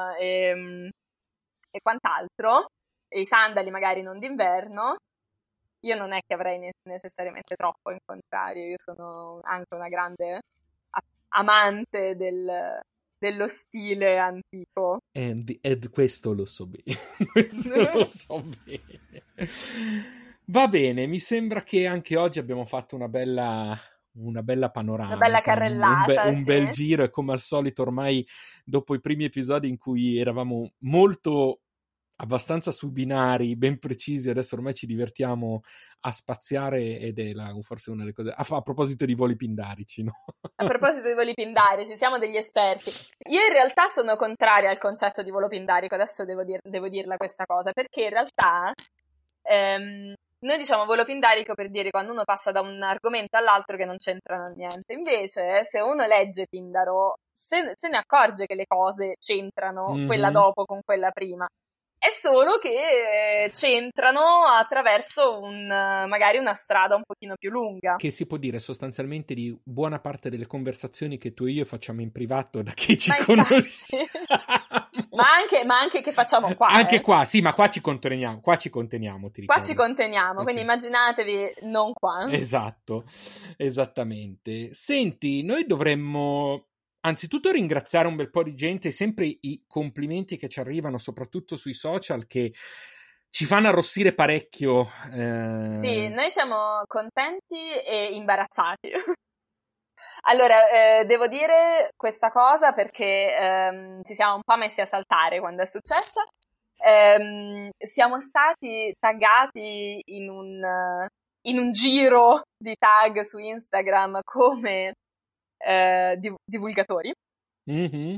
e quant'altro, e i sandali magari non d'inverno, io non è che avrei necessariamente troppo in contrario, io sono anche una grande amante dello stile antico. E questo lo so bene. Questo lo so bene. Va bene, mi sembra che anche oggi abbiamo fatto una bella panoramica, una bella carrellata, un bel giro, e come al solito ormai dopo i primi episodi in cui eravamo abbastanza su binari ben precisi, adesso ormai ci divertiamo a spaziare, ed è forse una delle cose a proposito di voli pindarici, no? A proposito di voli pindarici, siamo degli esperti. Io in realtà sono contraria al concetto di volo pindarico, adesso devo dirla questa cosa, perché in realtà noi diciamo volo pindarico per dire quando uno passa da un argomento all'altro che non c'entrano niente. Invece, se uno legge Pindaro, se ne accorge che le cose c'entrano, quella dopo con quella prima. È solo che c'entrano attraverso magari una strada un pochino più lunga. Che si può dire sostanzialmente di buona parte delle conversazioni che tu e io facciamo in privato da chi ci conosce. ma anche che facciamo qua. Anche qua, sì, ma qua ci conteniamo, ti ricordo. Qua ci conteniamo, quindi immaginatevi non qua. Esatto, esattamente. Senti, noi dovremmo anzitutto ringraziare un bel po' di gente, sempre i complimenti che ci arrivano, soprattutto sui social, che ci fanno arrossire parecchio. Sì, noi siamo contenti e imbarazzati. Allora, devo dire questa cosa perché ci siamo un po' messi a saltare quando è successa. Siamo stati taggati in un giro di tag su Instagram come divulgatori. Mm-hmm.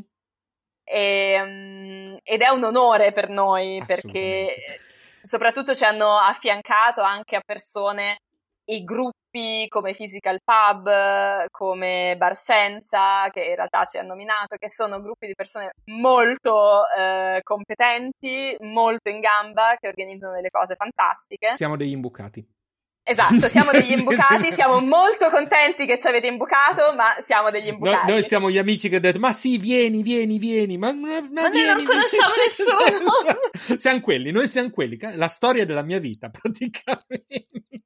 Ed è un onore per noi perché soprattutto ci hanno affiancato anche a persone e gruppi come Physical Pub, come Bar Scienza, che in realtà ci hanno nominato, che sono gruppi di persone molto competenti, molto in gamba, che organizzano delle cose fantastiche. Siamo degli imbucati. Esatto, siamo degli imbucati, siamo molto contenti che ci avete imbucato, ma siamo degli imbucati. Noi siamo gli amici che hanno detto, ma sì, vieni, ma noi vieni, non conosciamo nessuno. Noi siamo quelli, la storia della mia vita, praticamente.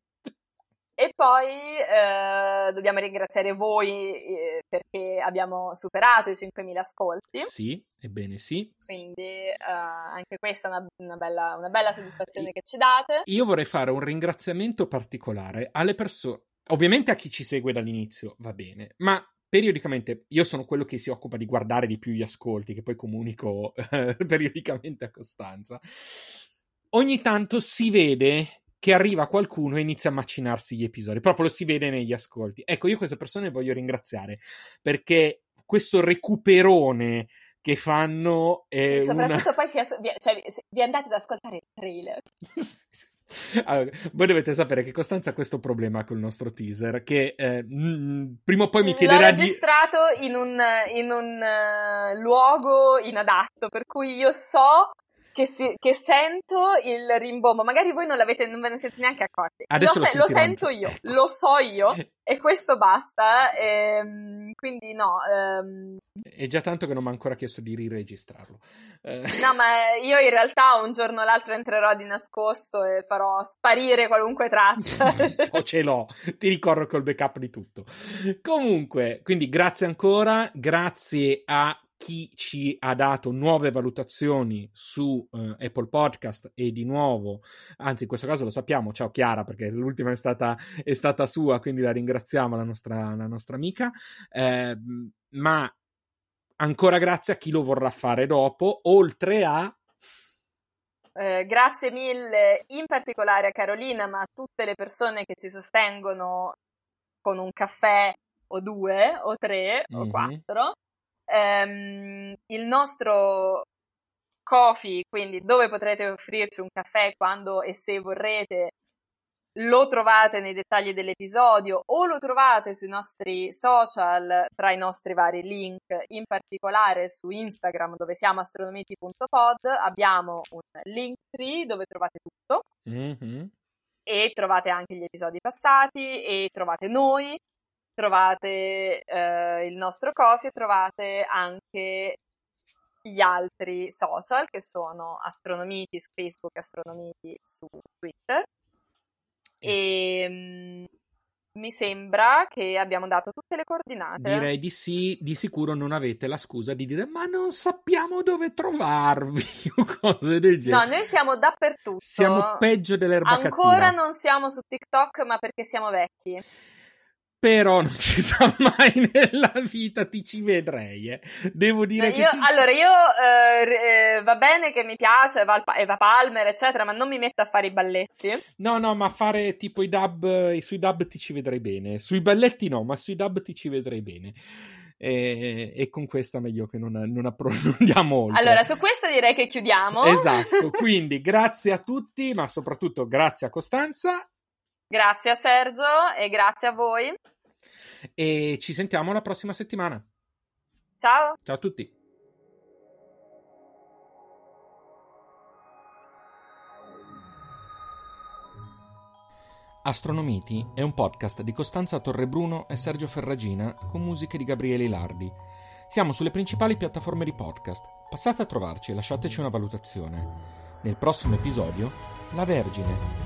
E poi dobbiamo ringraziare voi perché abbiamo superato i 5.000 ascolti. Sì, ebbene sì. Quindi anche questa è una bella soddisfazione che ci date. Io vorrei fare un ringraziamento particolare alle persone, ovviamente a chi ci segue dall'inizio, va bene, ma periodicamente io sono quello che si occupa di guardare di più gli ascolti, che poi comunico periodicamente a Costanza. Ogni tanto si vede che arriva qualcuno e inizia a macinarsi gli episodi, proprio lo si vede negli ascolti. Ecco, io queste persone voglio ringraziare, perché questo recuperone che fanno è soprattutto poi vi andate ad ascoltare il trailer. Allora, voi dovete sapere che Costanza ha questo problema col nostro teaser, che prima o poi mi chiederà L'ho registrato in un luogo inadatto, per cui io so che sento il rimbombo. Magari voi non ve ne siete neanche accorti. Lo sento io, ecco. Lo so io, e questo basta. Quindi no. È già tanto che non mi ha ancora chiesto di riregistrarlo. No, ma io in realtà un giorno o l'altro entrerò di nascosto e farò sparire qualunque traccia. Ce l'ho, ti ricorro col backup di tutto. Comunque, quindi grazie ancora, grazie a chi ci ha dato nuove valutazioni su Apple Podcast, e di nuovo, anzi in questo caso lo sappiamo, ciao Chiara, perché l'ultima è stata sua, quindi la ringraziamo, la nostra amica, ma ancora grazie a chi lo vorrà fare dopo, oltre a grazie mille in particolare a Carolina, ma a tutte le persone che ci sostengono con un caffè o 2 o 3 o 4. Il nostro coffee, quindi dove potrete offrirci un caffè quando e se vorrete, lo trovate nei dettagli dell'episodio o lo trovate sui nostri social tra i nostri vari link, in particolare su Instagram dove siamo astronomiti.pod. Abbiamo un Linktree dove trovate tutto e trovate anche gli episodi passati e trovate noi, trovate il nostro coffee, trovate anche gli altri social che sono Astronomiti su Facebook, Astronomiti su Twitter. E mi sembra che abbiamo dato tutte le coordinate. Direi di sì, di sicuro non avete la scusa di dire ma non sappiamo dove trovarvi o cose del genere. No, noi siamo dappertutto. Siamo peggio dell'erba cattiva. Ancora non siamo su TikTok, ma perché siamo vecchi. Però non si sa mai nella vita, ti ci vedrei, Devo dire che... Allora, va bene che mi piace Eva Palmer, eccetera, ma non mi metto a fare i balletti. No, ma fare tipo i dub, sui dub ti ci vedrei bene. Sui balletti no, ma sui dub ti ci vedrei bene. E con questa meglio che non approfondiamo oltre. Allora, su questo direi che chiudiamo. Esatto, quindi grazie a tutti, ma soprattutto grazie a Costanza. Grazie a Sergio e grazie a voi. E ci sentiamo la prossima settimana. Ciao. Ciao a tutti. Astronomiti è un podcast di Costanza Torrebruno e Sergio Ferragina con musiche di Gabriele Ilardi. Siamo sulle principali piattaforme di podcast. Passate a trovarci e lasciateci una valutazione. Nel prossimo episodio, La Vergine.